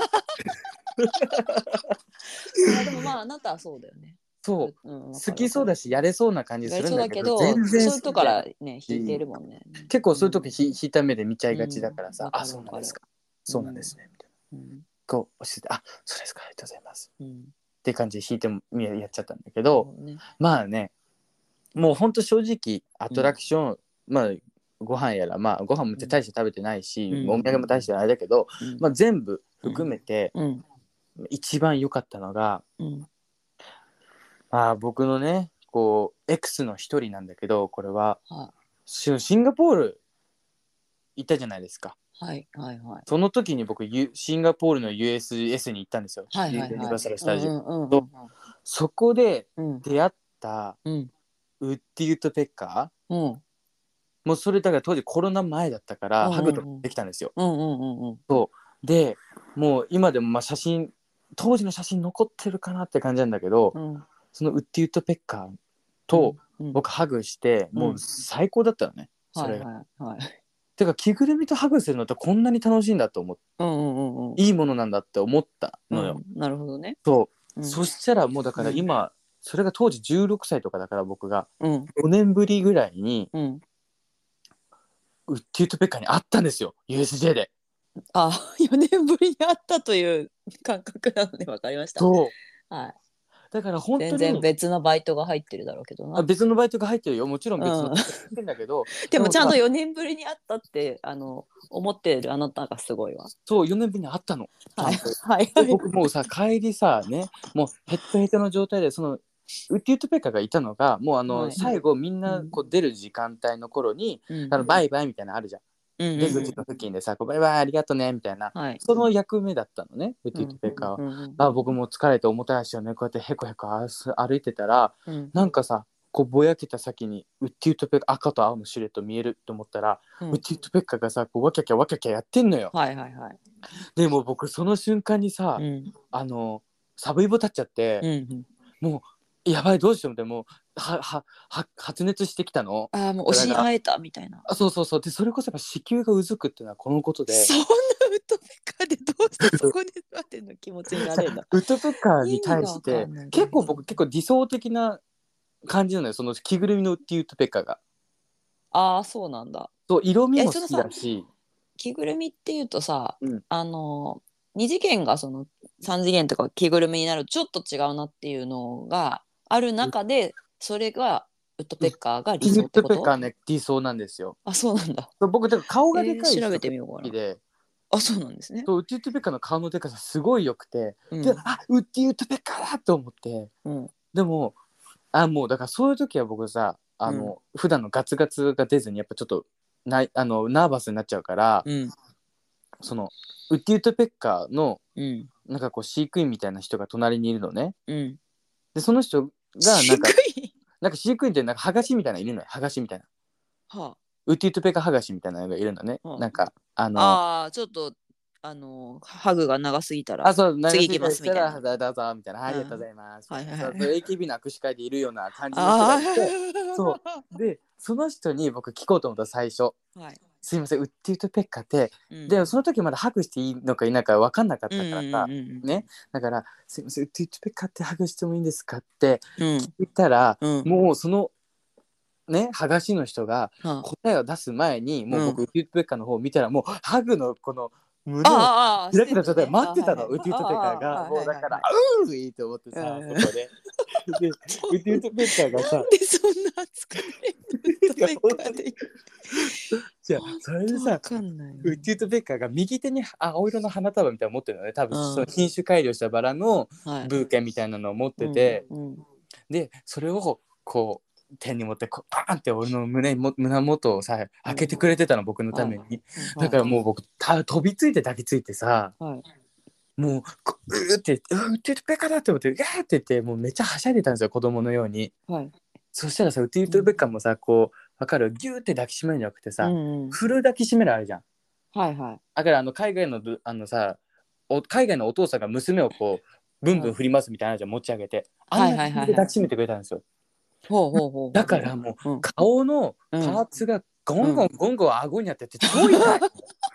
でもまああなたはそうだよね。 そう、 うん、 好きそうだしやれそうな感じするんだけど、 全然そういうとからね引いてるもんね。 結構そういう時ひ引いた目で見ちゃいがちだからさ、 うん、 あそうなんですかそうなんですねみたいな、うん、こう教えて、あ、そうですか、ありがとうございます、うん、って感じで弾いてもやっちゃったんだけど、ね、まあね、もうほんと正直アトラクション、うん、まあご飯やら、まあご飯も大して食べてないし、うん、お土産も大してあれだけど、うん、まあ全部含めて、うん、一番良かったのが、うん、まあ僕のねこう X の一人なんだけど、これは、はあ、シンガポール行ったじゃないですか。はいはいはい。その時に僕シンガポールの ユーエスエス に行ったんですよ。はいはいはい、ユニバーサル・スタジオ、うんうんうんうん、そこで出会った、うん、ウッディ・ウッドペッカー、うん、もうそれだから当時コロナ前だったから、うんうんうん、ハグとかできたんですよ、うんうんうんうん、そうでもう今でもまあ写真当時の写真残ってるかなって感じなんだけど、うん、そのウッディ・ウッドペッカーと僕ハグして、うん、もう最高だったのね、うん、それが、はいはいはい、てか着ぐるみとハグするのってこんなに楽しいんだと思って、うんうんうん、いいものなんだって思ったのよ、うん、なるほどね、そう、うん、そしたらもうだから今、うん、それが当時じゅうろくさいとかだから僕が、うん、ごねんぶりぐらいに、うん、ウッディ・ウッドペッカーに会ったんですよ ユーエスジェー で。あ、よねんぶりに会ったという感覚なので分かりました。そう、はい、だから本当に全然別のバイトが入ってるだろうけどな。あ、別のバイトが入ってるよ、もちろん別のバイトが入ってるんだけど、うん、でもちゃんとよねんぶりに会ったってあの思ってるあなたがすごいわ。そう、よねんぶりに会ったの、はいはいはい、僕もうさ帰りさね、もうヘッドヘッドの状態で、そのウッディ・ウッドペッカーがいたのがもうあの、はい、最後みんなこう出る時間帯の頃に、うん、あのバイバイみたいなのあるじゃん、うんうんうん、出口の付近でさこうバイバイありがとねみたいな、はい、その役目だったのね、ウッディ・ウッドペッカーは、うんうんうん、あ、僕も疲れて重たい足をねこうやってヘコヘコ歩いてたら、うん、なんかさこうぼやけた先にウッディ・ウッドペッカー、赤と青のシルエット見えると思ったら、うん、ウッディ・ウッドペッカーがさこうワキャキャワキャキャやってんのよ、はいはいはい、でも僕その瞬間にさ、うん、あのサブイボ立っちゃって、うんうん、もうやばいどうしようって、もうははは発熱してきたの。ああ、もう押し合えたみたいな。あ、そうそうそう、でそれこそやっぱ子宮がうずくっていうのはこのことで、そんなウッドペッカーでどうしてそこで待ってんの気持ちになれるのウッドペッカーに対して結構僕結構理想的な感じなのよ、その着ぐるみのウッディ・ウッドペッカーが。ああ、そうなんだ。そう、色味も好きだし、着ぐるみっていうとさ、うん、あのに次元がそのさん次元とか着ぐるみになるとちょっと違うなっていうのがある中で、それがウッドペッカーが理想ってこと？ウッドペッカーね、理想なんですよ。あ、そうなんだ。僕だから顔がでかい人が好きで、えー、調べてみようかな。あ、そうなんですね。そう、ウッディ・ウッドペッカーの顔のでかさすごい良くて、うん、で、あ、ウッディ・ウッドペッカーだと思って、うん、でもあ、もうだからそういう時は僕さ、あの、うん、普段のガツガツが出ずにやっぱちょっとないあのナーバスになっちゃうから、うん、そのウッディ・ウッドペッカーの、うん、なんかこう飼育員みたいな人が隣にいるのね、うん、でその人がなんかなんか飼育員ってなんかハガシみたいなのいるのよ、ハガシみたいな、はあ、ウッディ・ウッドペッカーハガシみたいなのがいるのね、はあ、なんかあのあーちょっとあのハグが長すぎたら、あ、そう次行きますみたいな、どうぞみたいな、ありがとうございます、はいはいはい、エーケービー の握手会でいるような感じの人がいて、そうでその人に僕聞こうと思った最初、はい、すいませんウッディ・ウッドペッカーって、うん、でその時まだハグしていいのかいないか分かんなかったからさ、うんうんうん、ね、だからすいませんウッディ・ウッドペッカーってハグしてもいいんですかって聞いたら、うん、もうそのね、剥がしの人が答えを出す前に、うん、もう僕、うん、ウッディ・ウッドペッカーの方を見たらもうハグのこの胸を開けた状態で待ってたの、ウッディ・ウッドペッカーが、もうだからうーいいと思ってさ、そこででウッディ・ウッドペッカーがさ、なんでそんな熱くないウッドペッカーでじゃあそれでさ、ウッディ・ウッドペッカーが右手に青色の花束みたいなの持ってるのね、多分その品種改良したバラのブーケみたいなのを持ってて、はい、うんうん、でそれをこう手に持ってこうパーンって俺の 胸, も胸元をさ開けてくれてたの、うん、僕のために、はい、だからもう僕た飛びついて抱きついてさ、はい、もううーってうーってペカだって思ってうーって言ってもうめっちゃはしゃいでたんですよ、子供のように、はい、そしたらさウッディ・ウッドペッカーもさこう分かるギューって抱きしめるんじゃなくてさ、うんうん、フル抱きしめるあるじゃん、はいはい、だからあの海外のあのさお海外のお父さんが娘をこうブンブン振りますみたいなのじゃん、持ち上げてあんな感じで抱きしめてくれたんですよ、ほうほうほう、だからもう、うん、顔のパーツがゴンゴンゴンゴン顎にあってて超痛い、うん、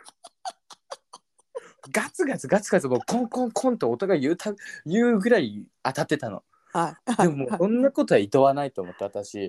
ガツガツガツガツもうコンコンコンと音が言うた言うぐらい当たってたの、はい、でももうそんなことはいとわないと思って私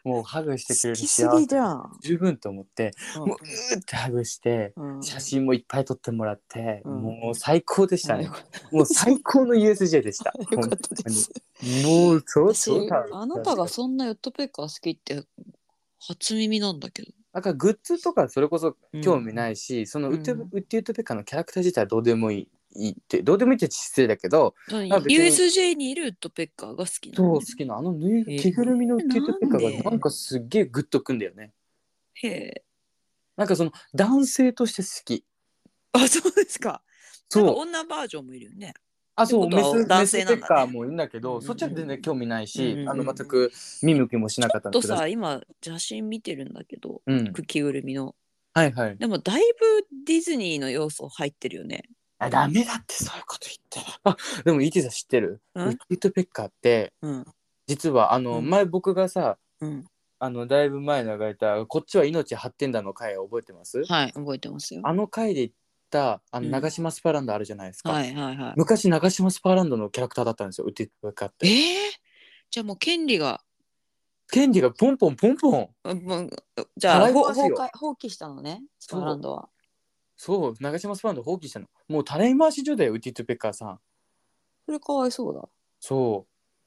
もうハグしてくれる好きすぎじゃん。 十分と思って、 うんもううーってハグして、 うん、 写真もいっぱい撮ってもらって、 うんもう最高でしたね。 あよかったもう最高の ユーエスジェー でした。 よかったです。 もう超超私、あなたがそんなヨットペッカー好きって初耳なんだけど。 だからグッズとかそれこそ興味ないし、うん、そのウッド、うん、ウッディウッドペッカーのキャラクター自体はどうでもいい。いいってどうでもいいって失礼だけど、 ユーエスジェー にいるウッドペッカーが好きなの、 ね、そう好きなあのぬい着ぐるみのウッディウッドペッカーがなんかすっげえグッとくんだよね。 へえ。 なんかその男性として好き。 あ、そうですか。そう。なんか女バージョンもいるよね。 あ、そう、メス男性なんだ、ね、メスペッカーもいるんだけど、うんうんうん、そっちは全然興味ないし、うんうんうん、あの全く見向きもしなかったんですけど。 ちょっとさ、今写真見てるんだけど、 うん、 着ぐるみの。 はいはい。 でもだいぶディズニーの要素入ってるよね。 あ、ダメだってそういうこと言ったら。あ、でもイーティさん知ってる？ウッディウッドペッカーって、うん、実はあの、うん、前僕がさ、うん、あのだいぶ前流れたこっちは命張ってんだの回覚えてます？ はい、覚えてますよ。 あの回で言ったあの長島スパーランドあるじゃないですか。 うん、はいはいはい。 昔長島スパーランドのキャラクターだったんですよ、ウッディウッドペッカーって。 えー、じゃあもう権利が権利がポンポンポンポン。 うん、じゃあ放棄したのね、スパーランドは。 そう、長島スパーランド放棄したの。もうたらい回し中だよ、ウッディウッドペッカーさん。 それかわいそうだ。 そう。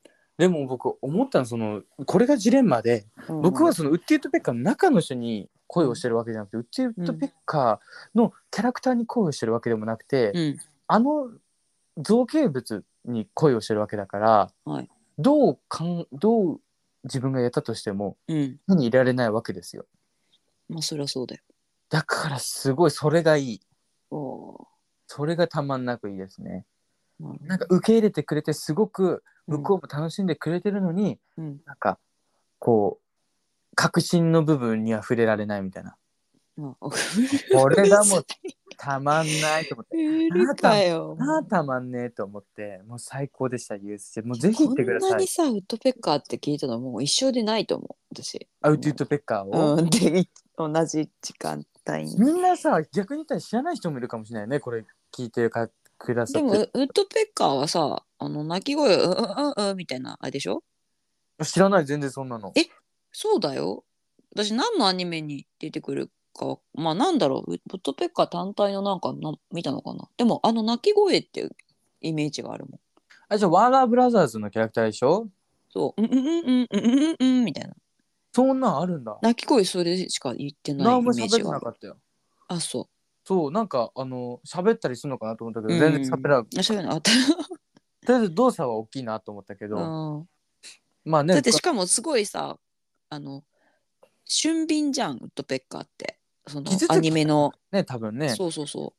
でも僕思ったの、そのこれがジレンマで、うん、僕はそのウッディウッドペッカーの中の人に恋をしてるわけじゃなくて、うん、ウッディウッドペッカーのキャラクターに恋をしてるわけでもなくて、うん、あの造形物に恋をしてるわけだから、はい、どうかんどう自分がやったとしても、うん、手に入れられないわけですよ。 まあそりゃそうだよ。 だからすごいそれがいい。 おそれがたまんなくいいですね。うん、なんか受け入れてくれてすごく向こうも楽しんでくれてるのに、うん、なんかこう確信の部分には触れられないみたいな。うん、これがもうたまんないと思って。 うかよ。 ああたまんねえと思って、もう最高でした ユーエスジェー。もうぜひ行ってください。 こんなにさウッドペッカーって聞いたのもう一生でないと思う私。 あ、ウッドウッドペッカーを、 うん、で同じ時間帯に。 みんなさ逆に言ったら知らない人もいるかもしれないね、これ聞いてかくださって。 でもウッドペッカーはさ、あの鳴き声ううんうんうんみたいなあれでしょ？ 知らない、全然そんなの。 え、そうだよ。私何のアニメに出てくるか、まあなんだろう、ウッドペッカー単体のなんかな見たのかな。でもあの鳴き声っていうイメージがあるもん。 あ、じゃあワーナーブラザーズのキャラクターでしょ？ そう、うんうんうんうんうんうんみたいな。 そんなんあるんだ。 鳴き声それしか言ってないイメージがある。 何も喋ってなかったよ。 あ、そう。 そう、なんかあの喋ったりするのかなと思ったけど、うん、全然喋らなかった。 喋らなかった。 とりあえず動作は大きいなと思ったけど、うん、まあね。 だってしかもすごいさ、あの俊敏じゃんウッドペッカーって、そのアニメのね、多分ね。 そうそうそう。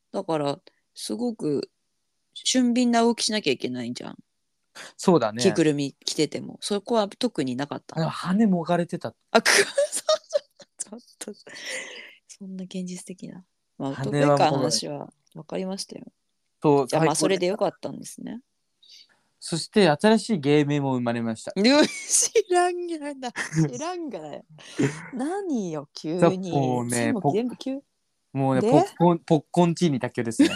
だからすごく俊敏な動きしなきゃいけないんじゃん。 そうだね。 着ぐるみ着ててもそこは特になかった。 羽もがれてた。 あ、ちょっとそんな現実的な。まあ、ウッドペッカーの話は分かりましたよ。そう、じゃあまあそれでよかったんですね。 そして新しい芸名も生まれました。 知らんがな、知らんがな。何よ急に。 もうね、 も全部急。 もうね、ポッコンポッコンチーニだけですね。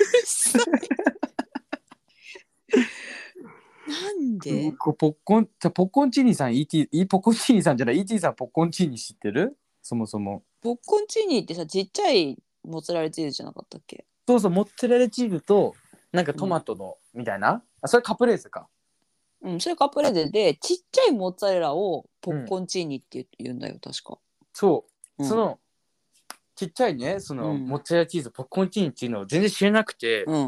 なんで？ ポッコンじゃポッコンチーニさん イーティー ポッコンチーニさんじゃない イーティー さんポッコンチーニ知ってる？そもそも。 ポッコンチーニってさちっちゃいモッツァレラチーズじゃなかったっけ？ そうそう、モッツァレラチーズとなんかトマトの、うん、みたいな。あ、それカプレーゼか。 うん、それカプレーゼでちっちゃいモッツァレラをポッコンチーニって言うんだよ、うん、確か。 そう、うん、そのちっちゃいね、その、うん、モッツァレラチーズポッコンチーニっていうのを全然知らなくて、うん、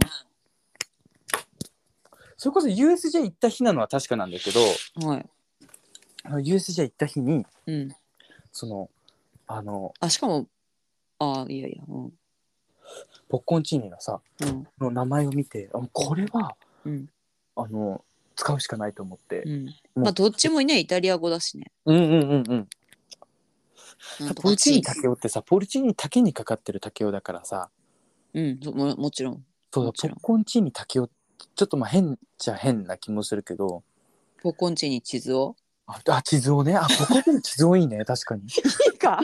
それこそ ユーエスジェー 行った日なのは確かなんだけど、はい、ユーエスジェー 行った日に、うん、そのあのあしかもあいやいや、うん、 ポッコンチーニがさ、うん、の名前を見て、あこれは、うん、あの使うしかないと思って、うん、 まあどっちもねイタリア語だしね。 うんうんうんうん。ポルチーニ竹雄ってさ、ポルチーニ竹にかかってる竹雄だからさ、 うんも、もちろん。 そうだ、ポッコンチーニ竹雄ちょっとまあ変じゃ変な気もするけど、 ポッコンチーニ地図をああ地図をね、あポッコンチーニ地図をいいね確かに。いいか。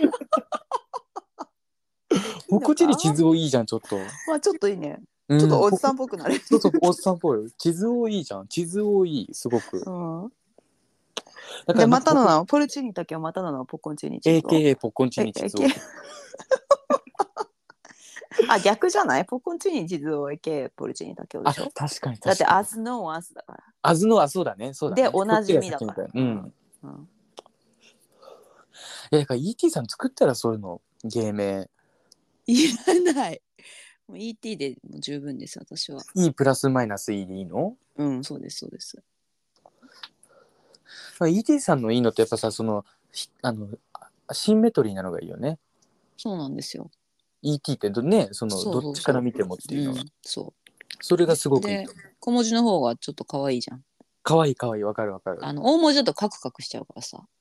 ポッコンチーニ地図をいいじゃんちょっと。 まあちょっといいね。ちょっとおじさんっぽくなる。 そうそうおじさんっぽい。地図をいいじゃん。地図をいいすごく。うん、 だからでまたの名はポルチーニ竹雄またの名はポッコンチーニ地図エーケーエー ポッコンチーニ地図を。 あ、逆じゃない？ポッコンチーニ地図を エーケーエー ポルチーニ竹雄であ、 しょ。 確かに確かに。 だって as no as だから。 アズのあ、そうだね、そうだね。 でおなじみだから。 うん。 うん。 いやだから イーティー さん作ったらそういうの芸名。 いらない。もう イーティー でも十分です私は。 E プラスマイナス E でいいの？ うん、そうですそうです。 イーティー さんのいいのってやっぱさ、そのあのシンメトリーなのがいいよね。 そうなんですよ。 イーティー ってどね、そのそうそうそうどっちから見てもっていうのは、 うん、そう。 それがすごくいいでと思う。 小文字の方がちょっと可愛いじゃん。 かわいいかわいい、わかるわかる。 あの大文字だとカクカクしちゃうからさ。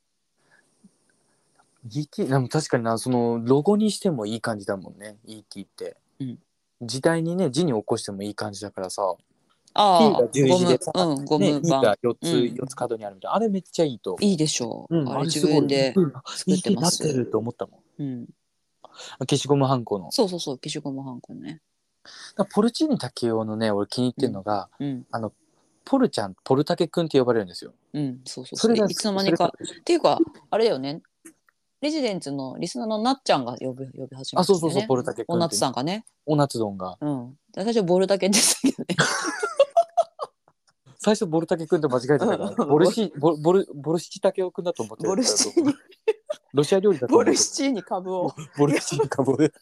イーティー でも確かにな、そのロゴにしてもいい感じだもんね イーティー って、 うん、 字体にね字に起こしてもいい感じだからさ。 あ T あ、 が十字でさ、 ゴム、うん、ゴね、 ム E 板、 がよっつ、 うん、 よっつ角にあるみたいな、あれめっちゃいいと。 いいでしょう。 うん、 あれ自あれすごい分で作ってイーティーます。 なってると思ったもん。 うん、 消しゴムはんこの。 そうそうそう、消しゴムはんこね。 ポルチーニ竹雄のね、俺気に入ってるのが、 うん、 あのポルちゃん、ポルタケくんって呼ばれるんですよ。 うん、そうそうそれがいつの間にかっていうかあれだよね。レジデンツのリスナーのなっちゃんが呼び呼び始めましたよね。 あ、そうそうそう、ポルタケくんおなって、 つさんがね。 おなつどんが。 うん。最初ボルタケでしたけどね。 最初ボルタケくんと間違えてたから、ボルシボボルボルシチタケオくんだと思ってた。 ボルシチにロシア料理だと思ってた。 ボルシチに株を。 ボルシチに株を。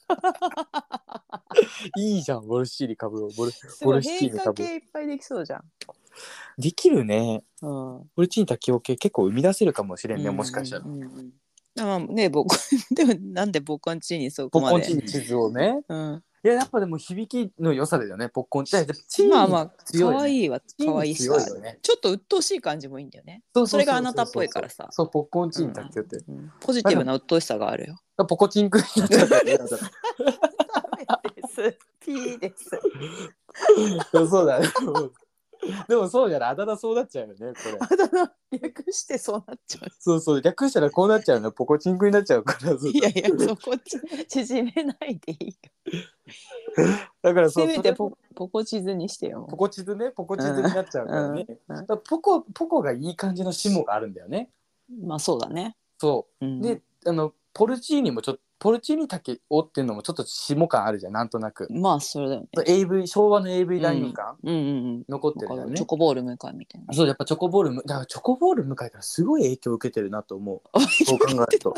いいじゃん、ボルシチに株を。ボルすごい変化系いっぱいできそうじゃん。 できるね。 うん。 ボルチーニ竹雄系結構生み出せるかもしれんね、もしかしたら。 うんうんうん、まあね、ボコでもなんでボコンチーニそこまで。 ポッコンチーニ地図をね。 うん。 いややっぱでも響きの良さだよね、ポッコンチーニ。チーニまあまあ強い、ね、 可愛いは可愛いしさ、 ね、 ちょっと鬱陶しい感じもいいんだよね。それがあなたっぽいからさ。 そう、ポッコンチーニ竹雄って、 うんうん、ポジティブな鬱陶しさがあるよ。 ポコチンクになっちゃったね。 ダメです。ピーです。 そうだね。でもそうじゃない、あだ名そうなっちゃうよね、これ。 あだ名略してそうなっちゃう。 そうそう、略したらこうなっちゃうの、ポコチンクになっちゃうから。 いやいや、そこ縮めないでいいか。 だからそう、 せめてポポコ地図にしてよ。 ポコ地図ね、ポコ地図になっちゃうからね。 うんうん、 だからポコポコがいい感じの下があるんだよね。 まあそうだね。 そう。 うん、 で、あのポルチーニもちょっとポルチーニ竹雄っていうのもちょっと下感あるじゃん、なんとなく。 まあそれだよね。 エーブイ 昭和の エーブイ 男優感、 うんうんうん、 残ってるじゃんね。 チョコボール向井みたいな。 そう、やっぱチョコボール、だからチョコボール向井からすごい影響を受けてるなと思う。そう考えると。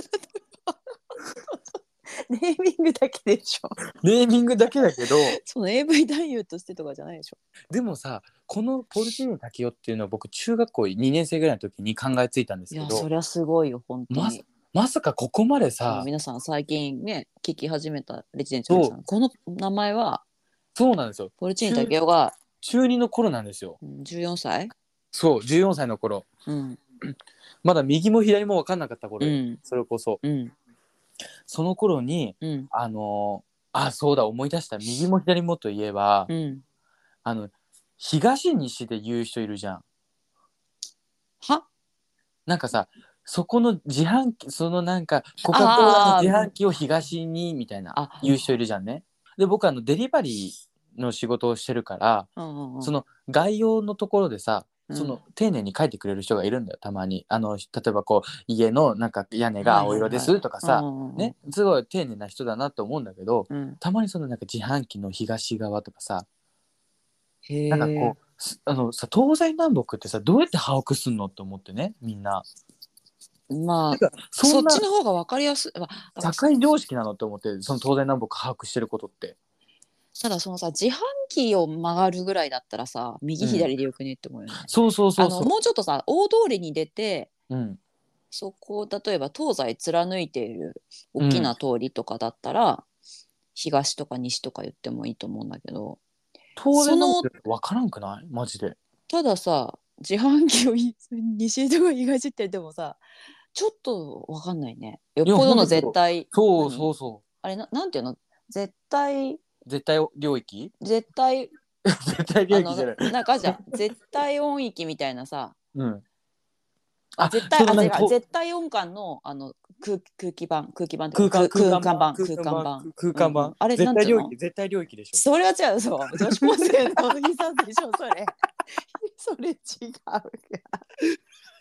ネーミングだけでしょ。 ネーミングだけだけど、 その エーブイ 男優としてとかじゃないでしょ。 でもさ、このポルチーニ竹雄っていうのは僕中学校にねん生ぐらいの時に考えついたんですけど、 いやそりゃすごいよ本当に。 ままさかここまでさ、 皆さん最近ね聞き始めたレジデンシャルさん、この名前はそうなんですよ。 ポルチーニ竹雄が中にの頃なんですよ。 じゅうよんさい。 そう、じゅうよんさいの頃、 うん、 まだ右も左も分かんなかった頃、うん、それこそ、 うん、 その頃に、うん、あのあそうだ思い出した、右も左もといえば、うん、あの東西で言う人いるじゃん。 はなんかさ、そこの自販機、そのなんかコカ・コーラの自販機を東にみたいな言う人いるじゃんね。で僕あのデリバリーの仕事をしてるから、うんうんうん、その概要のところでさ、その丁寧に書いてくれる人がいるんだよ、たまに。あの例えばこう家のなんか屋根が青色ですとかさ、ね、すごい丁寧な人だなと思うんだけど、うん、たまにそのなんか自販機の東側とかさ、へなんかこうあのさ、東西南北ってさどうやって把握すんのって思ってね、みんな。 まあそっちの方が分かりやすい。 社会常識なのって思って、その東西南北把握してることって。 ただそのさ、自販機を曲がるぐらいだったらさ、右左でよくねって思うよね、うん、 そうそうそうそう。 あのもうちょっとさ大通りに出て、 うん、 そこを例えば東西貫いている大きな通りとかだったら、うん、東とか西とか言ってもいいと思うんだけど、 東西南北分からんくないマジで。 たださ、自販機を西とか東ってでもさ、ちょっと分かんないね。よっぽどの絶対。 そうそうそう。 あれ な, なんていうの、絶対絶対領域絶対絶対領域じゃない。 なんかじゃ絶対音域みたいなさ、うん、 あ絶対あ違う絶対音感のあの 空, 空気板空気板って空間板空間板空間板、うん、あれ絶対領域絶対領域でしょ。 それは違う、そう女子高生の膝でしょそれそれ違う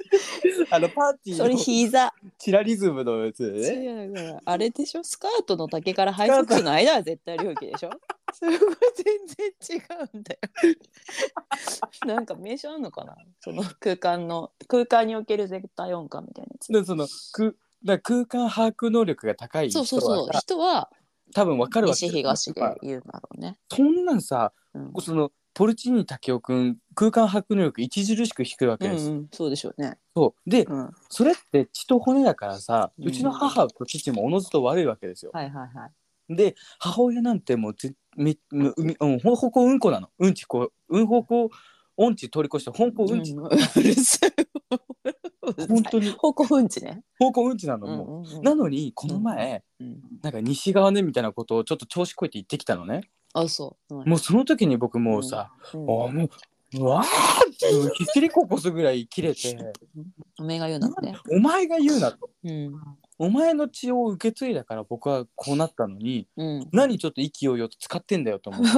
あのパーティそれーの膝。 チラリズムのやつでね。 違うだからあれでしょ、スカートの丈からハイソックスの間は絶対領域でしょ。それは全然違うんだよ。なんか名称あんのかな、その空間の空間における絶対音感みたいなやつ。 でそのくだ空間把握能力が高い人そうそうそう、 はさ人は多分わかるわけ西よ。 東で言うんだろうね。 そんなんさ、 うん、 そのポルチーニ武雄くん空間把握能力著しく低いわけです。 うんうん、そうでしょうね。 そうで、 うん、 それって血と骨だからさ、 うんうちの母と父もおのずと悪いわけですよ。 はいはいはい。 で母親なんてもうぜめめううんほほこうんこなの。うんちこうんほこ音痴通り越してほんこうんち、 うん、うるさい。 本当に方向うんちね。 ほんこうんちなのうんもう、 うんうん、 なのにこの前、 うん、 なんか西側ねみたいなことをちょっと調子こいて言ってきたのね。 あそう、はい、 もうその時に僕もうさ、 うんあもううわーってひっきりここすぐらい切れておめえが言うなってね。 お前が言うなと、 うん、 お前の血を受け継いだから僕はこうなったのに、 うん、 何ちょっと勢いよと使ってんだよと思って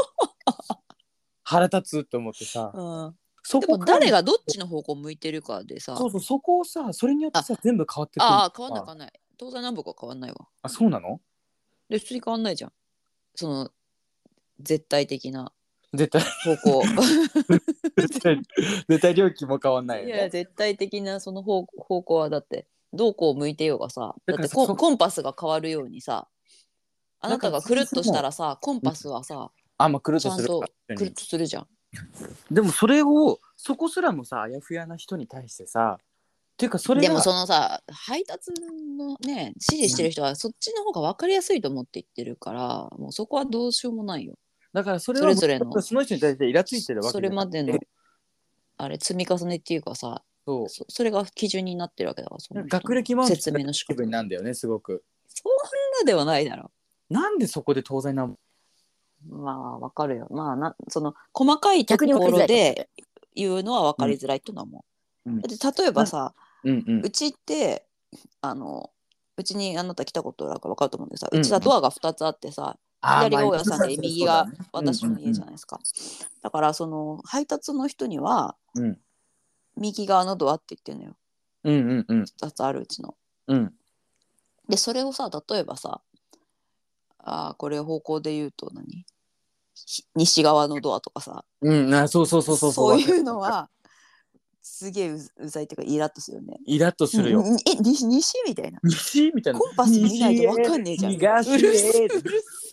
腹立つと思ってさ、 うん、でもそこから誰がどっちの方向向いてるかでさ、 そうそうそこをさそれによってさ全部変わってくる。 ああ変わんない変わんない、東西南北は変わんないわ。 あそうなの。 で普通に変わんないじゃん、その絶対的な絶対方向。 絶対絶対料金も変わんないよいね。 や絶対的なその方方向はだってどこを向いてようがさ、だってコだからさそンコンパスが変わるようにさ、あなたがくるっとしたらさコンパスはさあまあくるっちゃんととするかくるっとするじゃん。 でもそれをそこすらもさあやふやな人に対してさっていうかそれがでもそのさ配達のね指示してる人はそっちの方が分かりやすいと思って言ってるから、もうそこはどうしようもないよ。 だからそれそはれぞれのその人に対してイラついてるわけそじゃなくてれまでのあれ積み重ねっていうかさ、 そうそ, それが基準になってるわけだから、その人の学歴満説明の仕気方分なんだよねすごく。 そんなではないだろなんでそこで東西南う。まあわかるよ。まあなその細かいと逆に分かりづらいころで言うのは分かりづらいとは思う、 うんで例えばさ、 うんうんうちってあのうちにあなた来たことあるか分かると思うんでさ、 うんうちはドアがふたつあってさ、 あー左が大家さんでまあ右が私のそうだね家じゃないですか、だからその配達の人にはうん右側のドアって言ってるのよ、 うんうんうんふたつあるうちの。 うんでそれをさ例えばさあこれ方向で言うと何ひ西側のドアとかさ、 うんあそうそうそうそうそういうのはすげえ う, うざいっていうかイラッとするよね。 イラッとするよ。 んんえ西西みたいな。 西みたいなコンパス見ないと分かんねえじゃん。 東へうるせえうる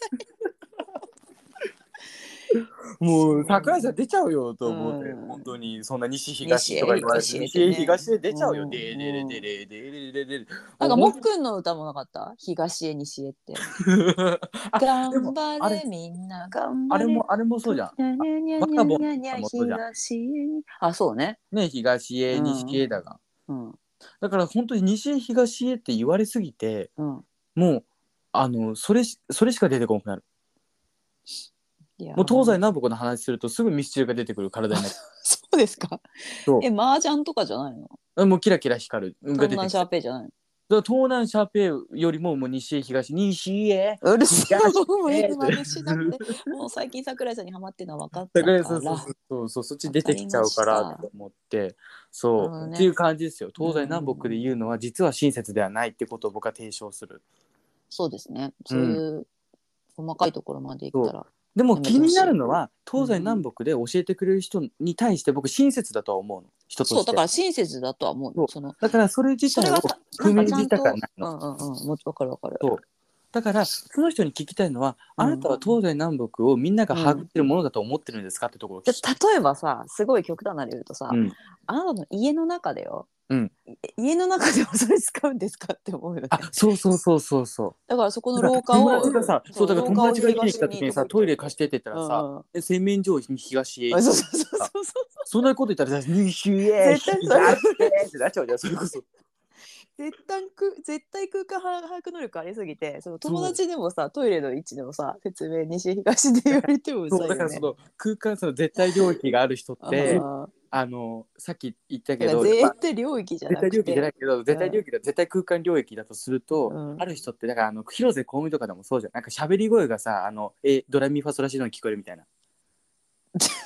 もう桜井さん出ちゃうよと思って、 うん本当にそんな西東とか言われて西へ西へ東へ出ちゃうよ。 うんでででででででででなんかもっくんの歌もなかった、東へ西へってあでも頑張あれれみんな頑張れあれもあれもそうじゃん。 にゃにゃバカボンにゃにゃもそうじゃん。 東へにあそうね、 ね東へうん西へだが。 うんだから本当に西へ東へって言われすぎて、 うんもうあのそれしそれしか出てこなくなる。 いやもう東西南北の話するとすぐミスチルが出てくる体になる。 そうですか。 そうえ麻雀とかじゃないの、 あもうキラキラ光るが出てきて。 東南シャーペイじゃないの。 だから東南シャーペイよりももう西へ東西へうるせえ東もうへ今のしだってもう最近桜井さんにハマってるのは分かっただからからそうそうそうそうそっち出てきちゃうからと思ってそう、 なるほどねっていう感じですよ。東西南北で言うのは実は親切ではないってことを僕は提唱する。 そうですね、そういう細かいところまでいったら、 でもやめてほしい気になるのは東西南北で教えてくれる人に対して僕親切だとは思うの人として。 そうだから親切だとは思うそうそのだからそれ自体を踏み入れたからないの。 うんうんうんもう分かる分かる。 そうだからその人に聞きたいのは、 うんあなたは東西南北をみんなが把握してるものだと思ってるんですかってところを聞できたい。 例えばさすごい極端な例言うとさ、 うんあなたの家の中でよ、 うんい家の中でもそれ使うんですかって思うよね。 あそうそうそうそうそうだからそこのだから廊下を友達がさそうだから友達が家に来た時にさトイレ貸してって言ったらさ、 うんうんえ洗面所を東へあそうそうそうそうそうそんなこと言ったらさ西へ絶対東へってなっちゃうじゃんそれこそ。 絶対く絶対空間把握能力ありすぎて、その友達でもさトイレの位置でもさ説明西東で言われてもうざいそうよね。 だからその空間その絶対領域がある人ってああのさっき言ったーだからけど絶対領域じゃなくて絶対領域じゃないけど絶対領域だ、絶対空間領域だとすると、 うんある人ってだからあの広瀬香美とかでもそうじゃん。なんか喋り声がさあのえドラミファソラシドに聞こえるみたいな。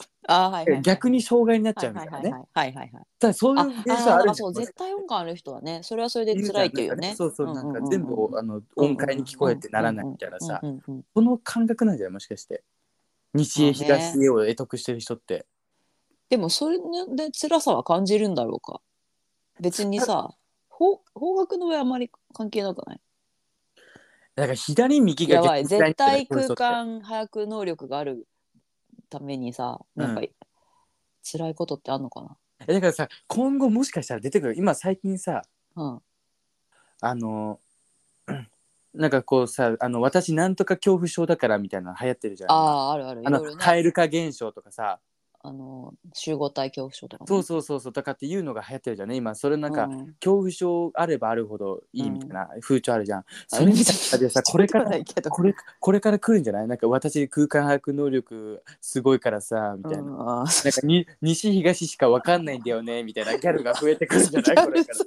あーはいはいはい、 逆に障害になっちゃうみたいなね。 はいはいはいはいはい。 ただそういう現象あるんじゃん。 そう絶対音感ある人はねそれはそれでいるじゃん。 辛いっていうよね。 そうそう、なんか全部あの音階に聞こえてならないみたいなさ、その感覚なんじゃないもしかして。西へ東へを得得してる人って。 でもそれで辛さは感じるんだろうか。別にさ方角の上あんまり関係なくない？ だから左右がやばい絶対逆に空間把握能力があるためにさなんか、うん、辛いことってあんのかな。 えだからさ今後もしかしたら出てくる。今最近さ、 うん、 あのなんかこうさあの私なんとか恐怖症だからみたいなの流行ってるじゃん。 あああるあるいろいろね。 蛙化現象とかさあの集合体恐怖症とか、ね、 そうそうそうそうとかっていうのが流行ってるじゃんね今。それなんか、うん、恐怖症あればあるほどいいみたいな風潮あるじゃん、うん、それみたいなでさこれからこれこれから来るんじゃない？なんか私空間把握能力すごいからさみたいな、うん、なんかに西東しか分かんないんだよねみたいなギャルが増えてくるんじゃないこれから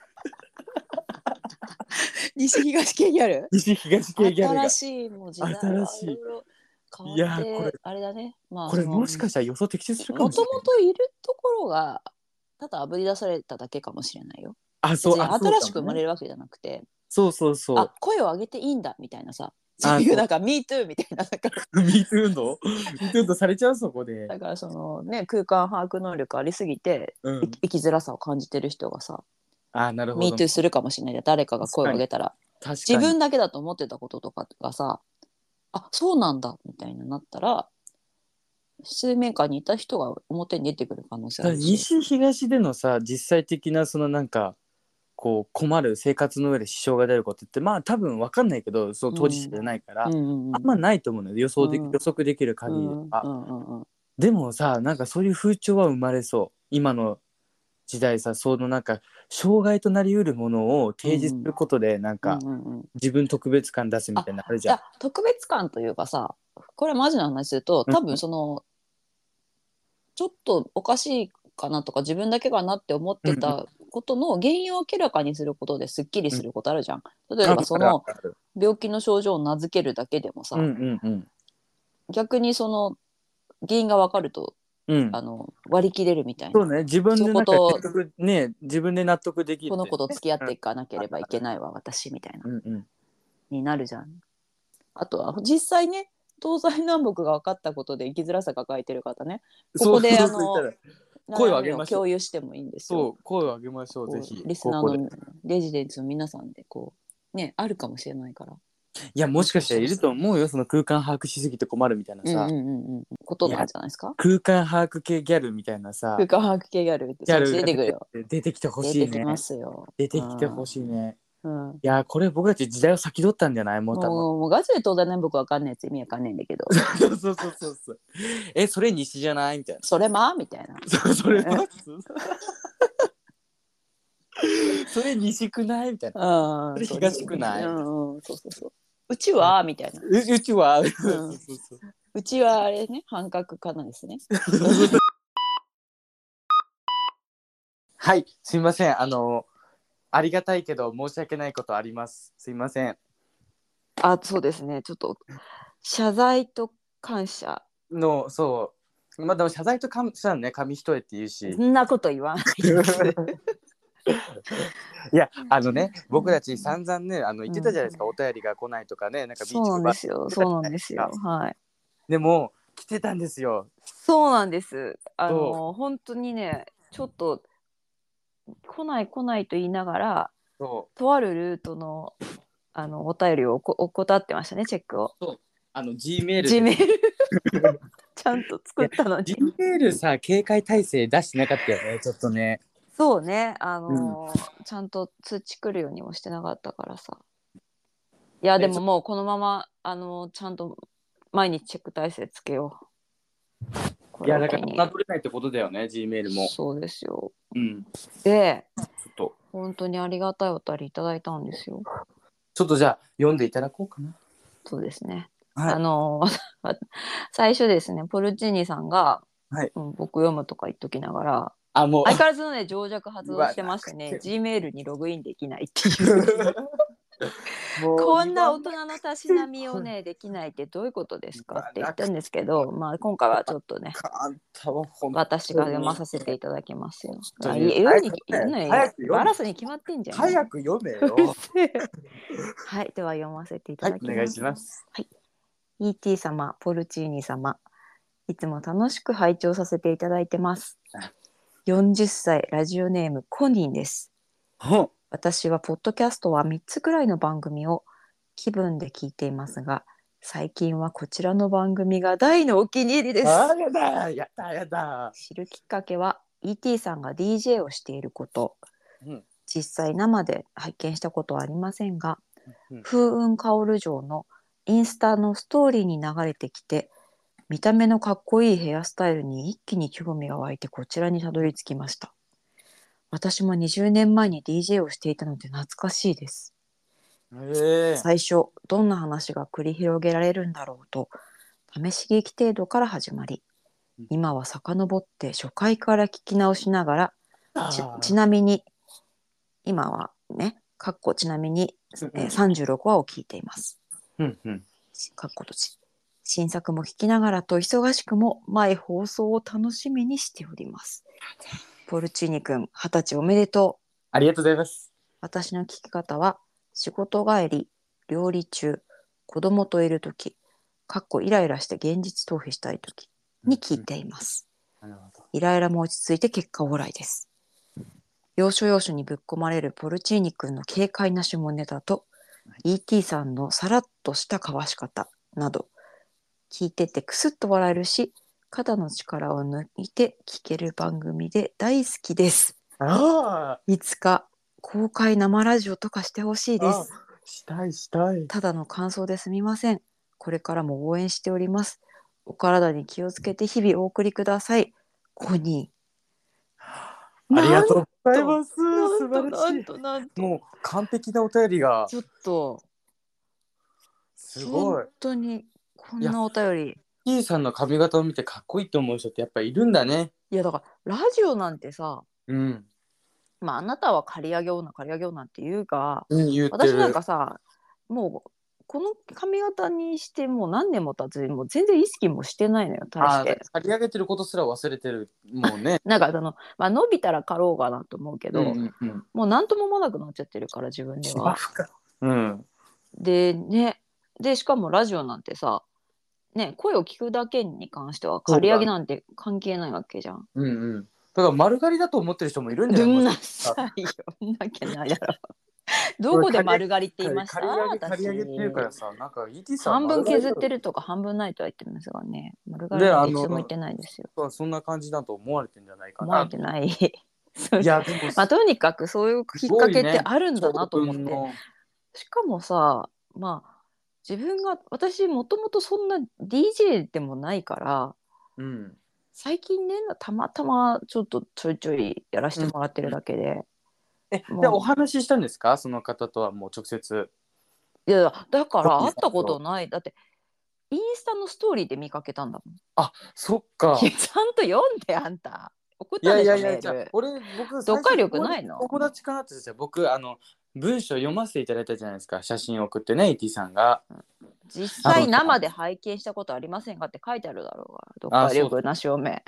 西東系ギャル西東系ギャルが新しいもう時代がいろいろ変わって、いやこれあれだね、まあ、 これもしかしたら予想的中するかもしれない。 もともといるところがただあぶり出されただけかもしれないよ。 あそう別に新しく生まれるわけじゃなくて、 そうそうそう、 あ声を上げていいんだみたいなさ、そういうなんか Me too みたいななんか Me too 運動 Me too 運動されちゃうそこで。 だからそのね空間把握能力ありすぎて、うん、生きづらさを感じてる人がさ、 あなるほど Me too するかもしれないで、誰かが声を上げたら自分だけだと思ってたこととかがさ、あそうなんだみたいになったら水面下にいた人が表に出てくる可能性あるし、 西東でのさ実際的なそのなんかこう困る生活の上で支障が出ることってまあ多分分かんないけどそう当事者じゃないから、うんうんうん、あんまないと思うのよ予想で、うん、予測できる限りは、うんうんうん、でもさなんかそういう風潮は生まれそう今の時代さ。そのなんか障害となりうるものを提示することでなんか、うんうんうん、自分特別感出すみたいなのあるじゃん。 いや特別感というかさこれはマジな話すると多分その、うん、ちょっとおかしいかなとか自分だけかなって思ってたことの原因を明らかにすることですっきりすることあるじゃん。例えばその病気の症状を名付けるだけでもさ、うんうんうん、逆にその原因が分かると、うん、あの割り切れるみたいな。 そうね、自分でなんか納得、ね、自分で納得できる、 この子と付き合っていかなければいけないわ、うん、私みたいな、うんうん、になるじゃん。あとは実際ね東西南北が分かったことで生きづらさ抱えてる方ね、ここであの声を上げましょう。共有してもいいんですよ。 そう声を上げましょうぜひ。 リスナーのレジデンツの皆さんでこうねあるかもしれないから。 いやもしかしたらいると思うよ、その空間把握しすぎて困るみたいなさ、うんうんうん、 ことなんじゃないですか。 空間把握系ギャルみたいなさ、 空間把握系ギャルってそっち出てくるよ。 出てきてほしいね。 出てきますよ。 出てきてほしいね。うん、いやこれ僕たち時代を先取ったんじゃない？もう多分もうもうガチで東西南北わかんないやつ意味わかんないんだけどそうそうそうそうそうえそれ西じゃないみたいな、 それまみたいなそ, それまそれ西くないみたいな、それ東くない、 うんうん、そうそうそううちはみたいな、 う, うちは、うん、 うちはあれね半角かなですねはいすいません、あのありがたいけど申し訳ないことあります。すいません。 あ、そうですね。ちょっと謝罪と感謝のそう。まあでも謝罪と感謝ね紙一重って言うし。 そんなこと言わないです。 いやあのね僕たち散々ねあの言ってたじゃないですか、うん、お便りが来ないとかねなんかビーチそうなんですよ。そうなんですよ。はい。 でも来てたんですよ。 そうなんです。あの本当にねちょっと来ない来ないと言いながらとあるルートのあのお便りを怠ってましたねチェックを。 そうあの G メール G メールちゃんと作ったのに G メールさ警戒体制出してなかったよねちょっとね。 そうねあの、うん、ちゃんと通知来るようにもしてなかったからさ。いやでももうこのままあのちゃんと毎日チェック体制つけよう。いやだから取れないってことだよね G メールも。 そうですよ、 うん、 でちょっと本当にありがたいお便りいただいたんですよ。 ちょっとじゃあ読んでいただこうかな。 そうですね、はい、あの最初ですねポルチーニさんが、はいうん、僕読むとか言っときながらあもう相変わらずのね情弱発動してましてね G メールにログインできないっていうこんな大人のたしなみをねできないってどういうことですかって言ったんですけど、まあ今回はちょっとね私が読まさせていただきますよ。あ言うに言うのにバラすに決まってんじゃん。 早く読めよ。 はい、では読ませていただきます。 はい、お願いします。 はい、イーティー 様、ポルチーニ様、いつも楽しく拝聴させていただいてます。よんじゅっさいラジオネームコニーです。私はポッドキャストはみっつくらいの番組を気分で聞いていますが、最近はこちらの番組が大のお気に入りです。 あやだやだやだ。 知るきっかけは イーティー さんが ディージェー をしていること、うん、実際生で拝見したことはありませんが、うん、風雲薫城のインスタのストーリーに流れてきて、見た目のかっこいいヘアスタイルに一気に興味が湧いてこちらにたどり着きました。私もにじゅうねんまえに ディージェー をしていたので懐かしいです。えー、最初どんな話が繰り広げられるんだろうと試し聞き程度から始まり、今は遡って初回から聞き直しながら、ち, ちなみに今はねかっこちなみに、えー、さんじゅうろくわを聞いています。うんうん、かっことち新作も聞きながらと忙しくも前放送を楽しみにしております。ポルチーニくん、はたちおめでとう。 ありがとうございます。 私の聞き方は、仕事帰り、料理中、子供といるとき、かっこイライラして現実逃避したいときに聞いています。うんうん、イライラも落ち着いて結果オーライです。要所要所にぶっ込まれるポルチーニくんの軽快な下ネタと、はい、イーティー さんのさらっとしたかわし方など、聞いててクスッと笑えるし、肩の力を抜いて聞ける番組で大好きです。あいつか公開生ラジオとかしてほしいです。 したいしたい。 ただの感想ですみません。これからも応援しております。お体に気をつけて日々お送りください。コニー。ありがとうございます。素晴らしい。 なんとなんともう完璧なお便りが。 ちょっとすごい。 本当にこんなお便り。 イーさんの髪型を見てかっこいいと思う人ってやっぱりいるんだね。 いやだからラジオなんてさ、 うん、 まああなたは刈り上げ女刈り上げ女って言うが、 うん、言ってる。 私なんかさ、もうこの髪型にしてもう何年も経つ、もう全然意識もしてないのよ、大して。 刈り上げてることすら忘れてるもうね。 なんかあの、まあ、伸びたら刈ろうかなと思うけど、うんうんうん、もう何とも思わなくなっちゃってるから自分では。うん、でね、でしかもラジオなんてさ、ね、声を聞くだけに関しては刈り上げなんて関係ないわけじゃん。 うんうん。だから丸刈りだと思ってる人もいるんじゃないですか。 どんなさいよ、んなきゃないだろ。どこで丸刈りって言いました？ 刈り上げっていうからさ、なんか イーティー さん半分削ってるとか半分ないとは言ってますがね、丸刈りなんて一度も言ってないですよ。 そんな感じだと思われてんじゃないかな。 思われてない。いやでも、まあ、とにかくそういうきっかけってあるんだなと思って、ね、しかもさ、まあ自分が私もともとそんな ディージェー でもないから、うん、最近ねたまたまちょっとちょいちょいやらせてもらってるだけで、 うん、えでお話ししたんですか、その方とはもう直接。 いやだから会ったことない。だってインスタのストーリーで見かけたんだもん。 あ、そっか。 ちゃんと読んで、あんた送ったでしょ。いやいやいや、じゃあ俺僕読解力ないの？ 友達かなって言ってた。僕あの文章読ませていただいたじゃないですか、写真を送ってね、イティさんが。 実際生で拝見したことありませんかって書いてあるだろうが、読解力なしおめ。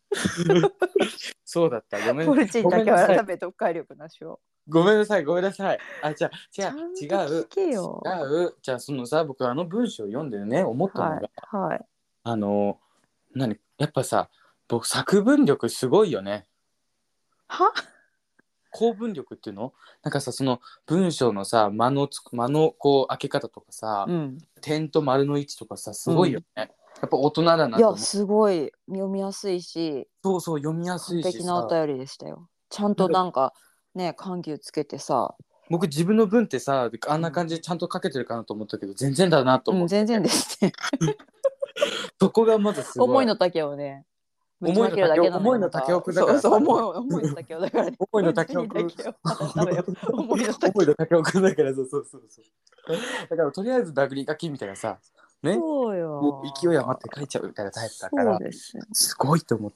そうだった。ごめん。 ポルチーニだけは改め読解力なしを。 ごめんなさい、ごめんなさい。あ、じゃあ、じゃあ違う。 違う。じゃあそのさ、僕あの文章を読んでね、思ったのが、 はいはい、 あの何やっぱさ、僕作文力すごいよね。 は？ 構文力っていうの？なんかさ、その文章のさ、間のつ間のこう開け方とかさ、うん、点と丸の位置とかさ、すごいよね。うん、やっぱ大人だなと思う。 いや、すごい読みやすいし、 そうそう読みやすいし、 完璧なお便りでしたよ。ちゃんとなんかね、緩急つけてさ。 僕自分の文ってさ、あんな感じでちゃんと書けてるかなと思ったけど、うん、全然だなと思って。 うん、全然ですね。 そこがまずすごい。 思いの丈をね。 思いの丈を思いの丈をだから。 そうそう、思い思いの丈をだからね。 思いの丈を思いの丈をだから、そうそうそうそう。だからとりあえずダグリ書きみたいなさ、ね。 そうよ。 勢い余って書いちゃうみたいなタイプだから。そうです。すごいと思って。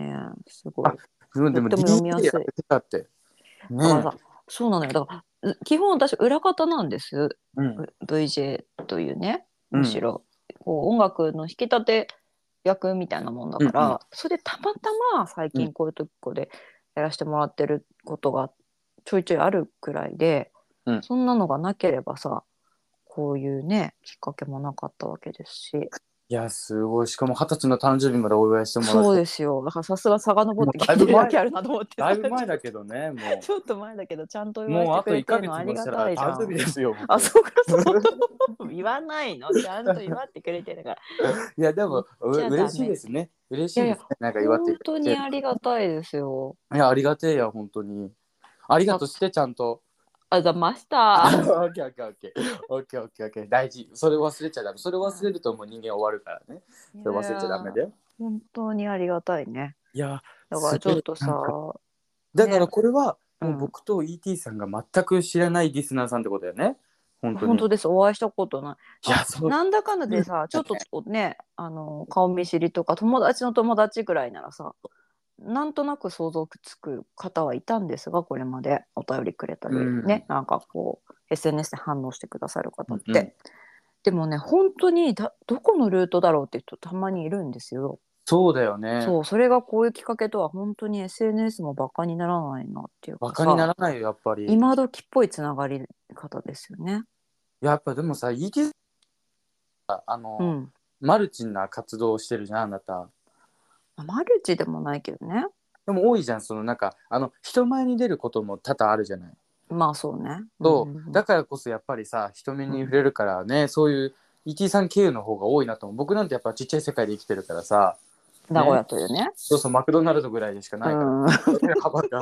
やっぱりね、すごい。 でも ディージェー やってたって。 ね。だからさ、 そうなのよ。だから基本私裏方なんです。 うん。 ブイジェー というね、 うん。 むしろこう音楽の引き立て役みたいなもんだうん。うん。 から、それでたまたま最うん。 近こういうとこでやらせてもらってることがちょいちょいあるくらいで、 うん。 そんなのがなければさ、こういうねきっかけもなかったわけですし。 いや、すごい。しかも二十歳の誕生日までお祝いしてもらって、 そうですよ。だからさすが遡っもうて聞いてるだだいぶ前、 けあるなと思ってさ、 だいぶ前だけどね、もちょっと前だけどちゃんとおう。 祝いしてもうあと1 くれてるヶ月のありがもしたらたいじゃん。 誕生日ですよ、 あ、 僕。 そうかそう。言わないの。ちゃんと祝ってくれてるから。 いや、で言っも、うちゃ嬉しいダメ。 ですね。嬉いやいや、 しいですね。なんか祝って本くれて。 当にありがたいですよ。 いや、ありがてえや、本当に。ありがさ、 とうして、ちゃんと。 あざましオた。 ッケーオッケーオッケー。オッケーオッケーオッケー。大事。それ忘れちゃダメ。それ忘れるともう人間終わるからね。 いそれ忘れちゃダやいや、 メで。 本当にありがたいね。 いや、 だかすげえ、 らちょっとさ、 なんか。だかね、 らこれは、もううん、 僕と イーティー さんが全く知らないリスナーさんってことだよね。本当に。 本当です。お会いしたことない。あ、 いや、そう。 なんだかんだでさ、ちょっとね、あの、顔見知りとか、友達の友達ぐらいならさ、なんとなく想像つく方はいたんですが、これまでお便りくれたり、 うん。 ね、なんかこう、エスエヌエス で反応してくださる方うんうん。 って。でもね、本当にだ、どこのルートだろうって人たまにいるんですよ。 そうだよね。 そう、それがこういうきっかけとは本当に エスエヌエス もバカにならないなっていうバカになかさ、 らないよ、やっぱり。 今時っぽいつながり方ですよね。 やっぱでもさ、イーティー さん、あの、 うん。 マルチな活動をしてるじゃん、あなた。 マルチでもないけどね。 でも多いじゃん、そのなんか、あの、人前に出ることも多々あるじゃない。 まあそうね。うんうそう。 んだからこそやっぱりさ、人目うん。 に触れるからね、そういう イーティー さん経由の方が多いなと思う。僕なんてやっぱちっちゃい世界で生きてるからさ、 名古ね。 屋というね。 そうそう、マクドナルドぐらいでしかないから。 うん。 幅が。だ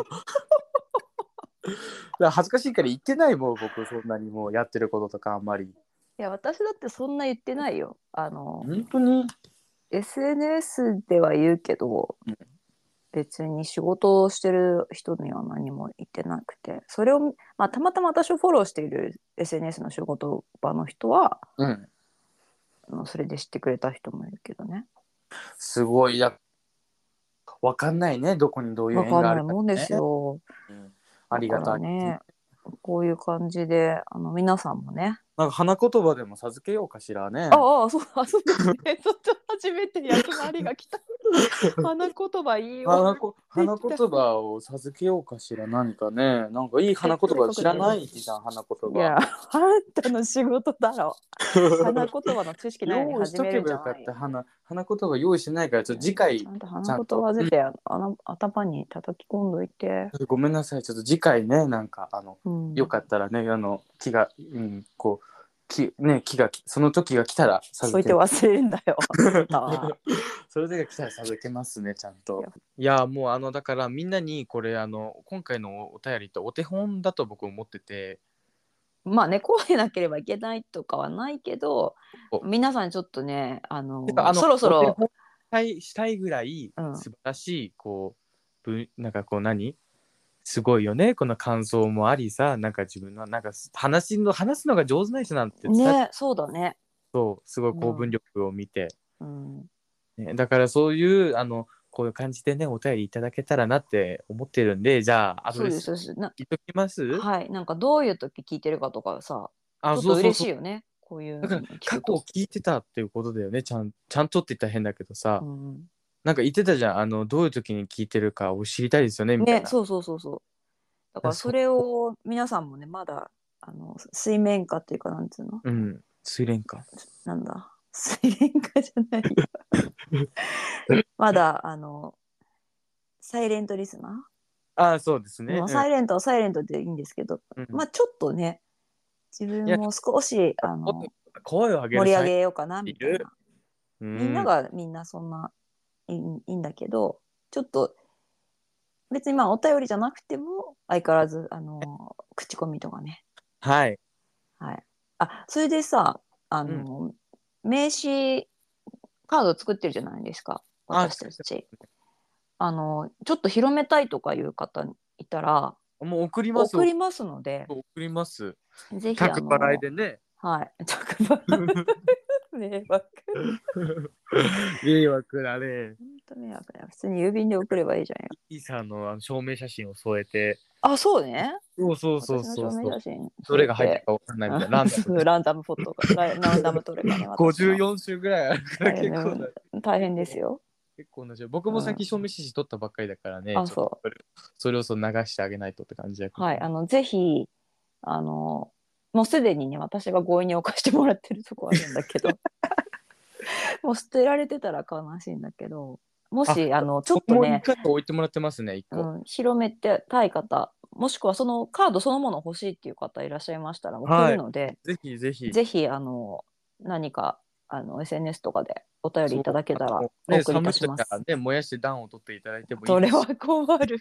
から恥ずかしいから言ってないもん、僕、そんなにもうやってることとかあんまり。 いや、私だってそんな言ってないよ。あの、 本当に。 エスエヌエス では言うけど、 うん。 別に仕事をしてる人には何も言ってなくて、それを、まあ、たまたま私をフォローしている エスエヌエス の仕事場の人は、 うん。 あのそれで知ってくれた人もいるけどね。 すごい。や、わかんないね。どこにどういうわかんない縁があるかもんですね。 よ。 うん。あだかりがたい。 らね、こういう感じで、あの皆さんもね、 なんか花言葉でも授けようかしらね。 ああ、そう、あ、そうですね。ちょっと初めて役回りが来た。花言葉いいよ。 花こできた。 花言葉を授けようかしら。何かね。なんかいいせっ花言葉知らかくだよ。 ないじゃん、花言葉。 いや、あんたの仕事だろ。花言葉の知識ないのに用意しと始めるんけばよかった。 じゃないよ。 花、花言葉用意してないから、ちょっと次ち回、 ゃんと花ちゃんと。 言葉うん。 絶対あの頭に叩き込んどいて。 ごめんなさい。ちょっと次回ね、なんか、あの、 うん。 よかったらね、あの、気が、うん、こう、気、ね、気が、その時が来たら授けそう言って忘れるんだよ。あんたは。 それでが来たら授けますね、ちゃんと。 いや、 いや、もうあの、だからみんなにこれ、あの、今回のお便りとお手本だと僕思ってて、 まあね、こうでなければいけないとかはないけど、 お皆さんちょっとね、あの、 てかあの、 そろそろ、 お手本したい、したいぐらいうん、 素晴らしい、こう、ぶなんかこう何すごいよね、この感想もありさ、なんか自分の、なんか話の、話すのが上手な人なんて伝えね、そうだね。 そう、すごいう公文ん、 力を見て、 うん。 ね、だからそういう、あの、こういう感じでね、お便りいただけたらなって思ってるんで、じゃあ、アドそうです、 レスそうです。な、 言っときます。 はい、なんかどういう時聞いてるかとかさ、ちあ、 ょっと嬉そうそうそう。 しいよね。こういうだからの聞過去をくと。 聞いてたっていうことだよね。ちゃん、ちゃんとって言ったら変だけどさ、 うん。 なんか言ってたじゃん。あの、どういう時に聞いてるかを知りたいですよね、みたいね、 な。 そうそうそうそう。だからそだそれを皆さんもね、まだ、あの、水面下っていうか、なんつうの、 う、うん、水蓮花。 なんだ、水面下じゃないよ。まだ、あの、サイレントリスナああ、そうですー、 ね。 もううん、 サイレントはサイレントでいいんですけど、 うん。 まあちょっとね、自いや、 分も少し、あの、 声を上げる盛り上際っげようかな、 ていう。 みたいな。 うみんなん。 がみんなそんないい、いいんだけど、ちょっと別にまあお便りじゃなくても相変わらずあの口コミとかね。 はい。 はい。あ、それでさ、あうん。 の名刺カード作ってるじゃないですか、 あ、 私たち。あのちょっと広めたいとかいう方いたらもう送ります。送送りますので、 ります。 ぜひあ宅払いのでね。 はい、着払い迷惑。 迷惑だね。 本当迷惑だよ。普通に郵便で送ればいいじゃんよ。 イーさんのあの証明写真を添えて。 あ、そうね。 そうそうそうそう。 私の証明写真。 どれが入ってるかわかんないみたいな。ランダム。 ランダムフォトが、ランダムトレカね。 ごじゅうよん種ぐらいあるから結構な。 大変ですよ。 結構なじゃ僕もさっき証明写真撮ったばっかりだからね。 あ、そう。 それをそ流してあげないとって感じやけど。 はい、あのぜひあのもうすでにね私が強引に置かしてもらってるとこあるんだけどもう捨てられてたら悲しいんだけど、もしあのちょっとね、 もう一回置いてもらってますね、一個、 うん、広めてたい方、もしくはそのカードそのもの欲しいっていう方いらっしゃいましたら送るので、はい、 ぜひぜひぜひあの何かあの エスエヌエス とかでお便りいただけたらおね、 送りいたします。 寒い時はね、燃やして暖を取っていただいてもいいです。 それは困る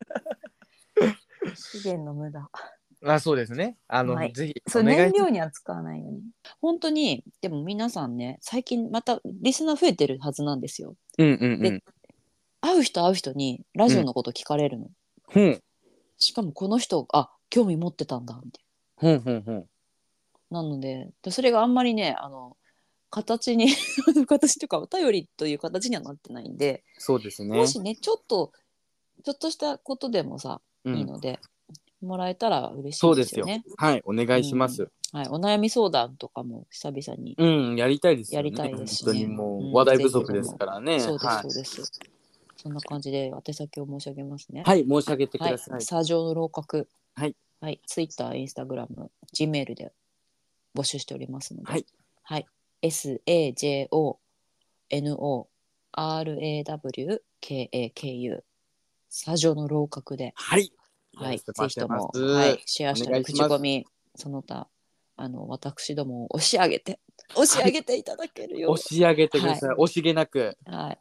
資源の無駄。 あ、そうですね。あの、はい、ぜひそれ燃料には使わないように。本当にでも皆さんね、最近またリスナー増えてるはずなんですよ。 うんうんうん、 で会う人会う人にラジオのこと聞かれるの。うん、しかもこの人あ興味持ってたんだみたいな。うんうんうん、なのでそれがあんまりねあの形に形というかお便りという形にはなってないんで、 そうですね。 もしねちょっとちょっとしたことでもさ、うん、いいのでもらえたら嬉しいですよね。 そうですよ。はい、お願いします。 うん、はい、お悩み相談とかも久々に、 うん、やりたいですよね。 やりたいですしね。本当にもう話題不足ですからね。 うん、そうですそうです。はい、そんな感じで宛先を申し上げますね。 はい、申し上げてください。 はい、砂上の楼閣。 はい。 はい、ツイッター、インスタグラム、G メールで募集しておりますので。はい。はい、エスエージェーオーエヌオーアールエーダブリューケーエーケーユー 砂上の楼閣で。 はい。 はい、ぜひとも、はい、シェアしたり口コミその他あの私どもを押し上げて押し上げていただけるよう、 はい、押し上げてください、はい、惜しげなく、 はい、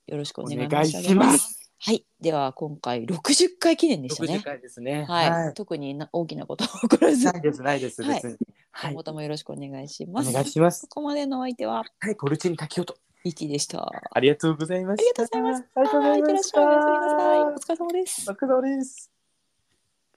よろしくお願い申し上げます。はい、では今回ろくじゅっかい記念でしたね。 ろくじゅっかいですね。 はい、はい、特にな大きなことは起こらずないですないです、 はい、 別に。 今後ともよろしくお願いします。 お願いします。 ここまでのお相手ははい、ポルチーニ滝音イキでした。 ありがとうございました。 ありがとうございます。 ありがとうございました。 はい、いってらっしゃい。おやすみなさい。お疲れ様です。 お疲れ様です。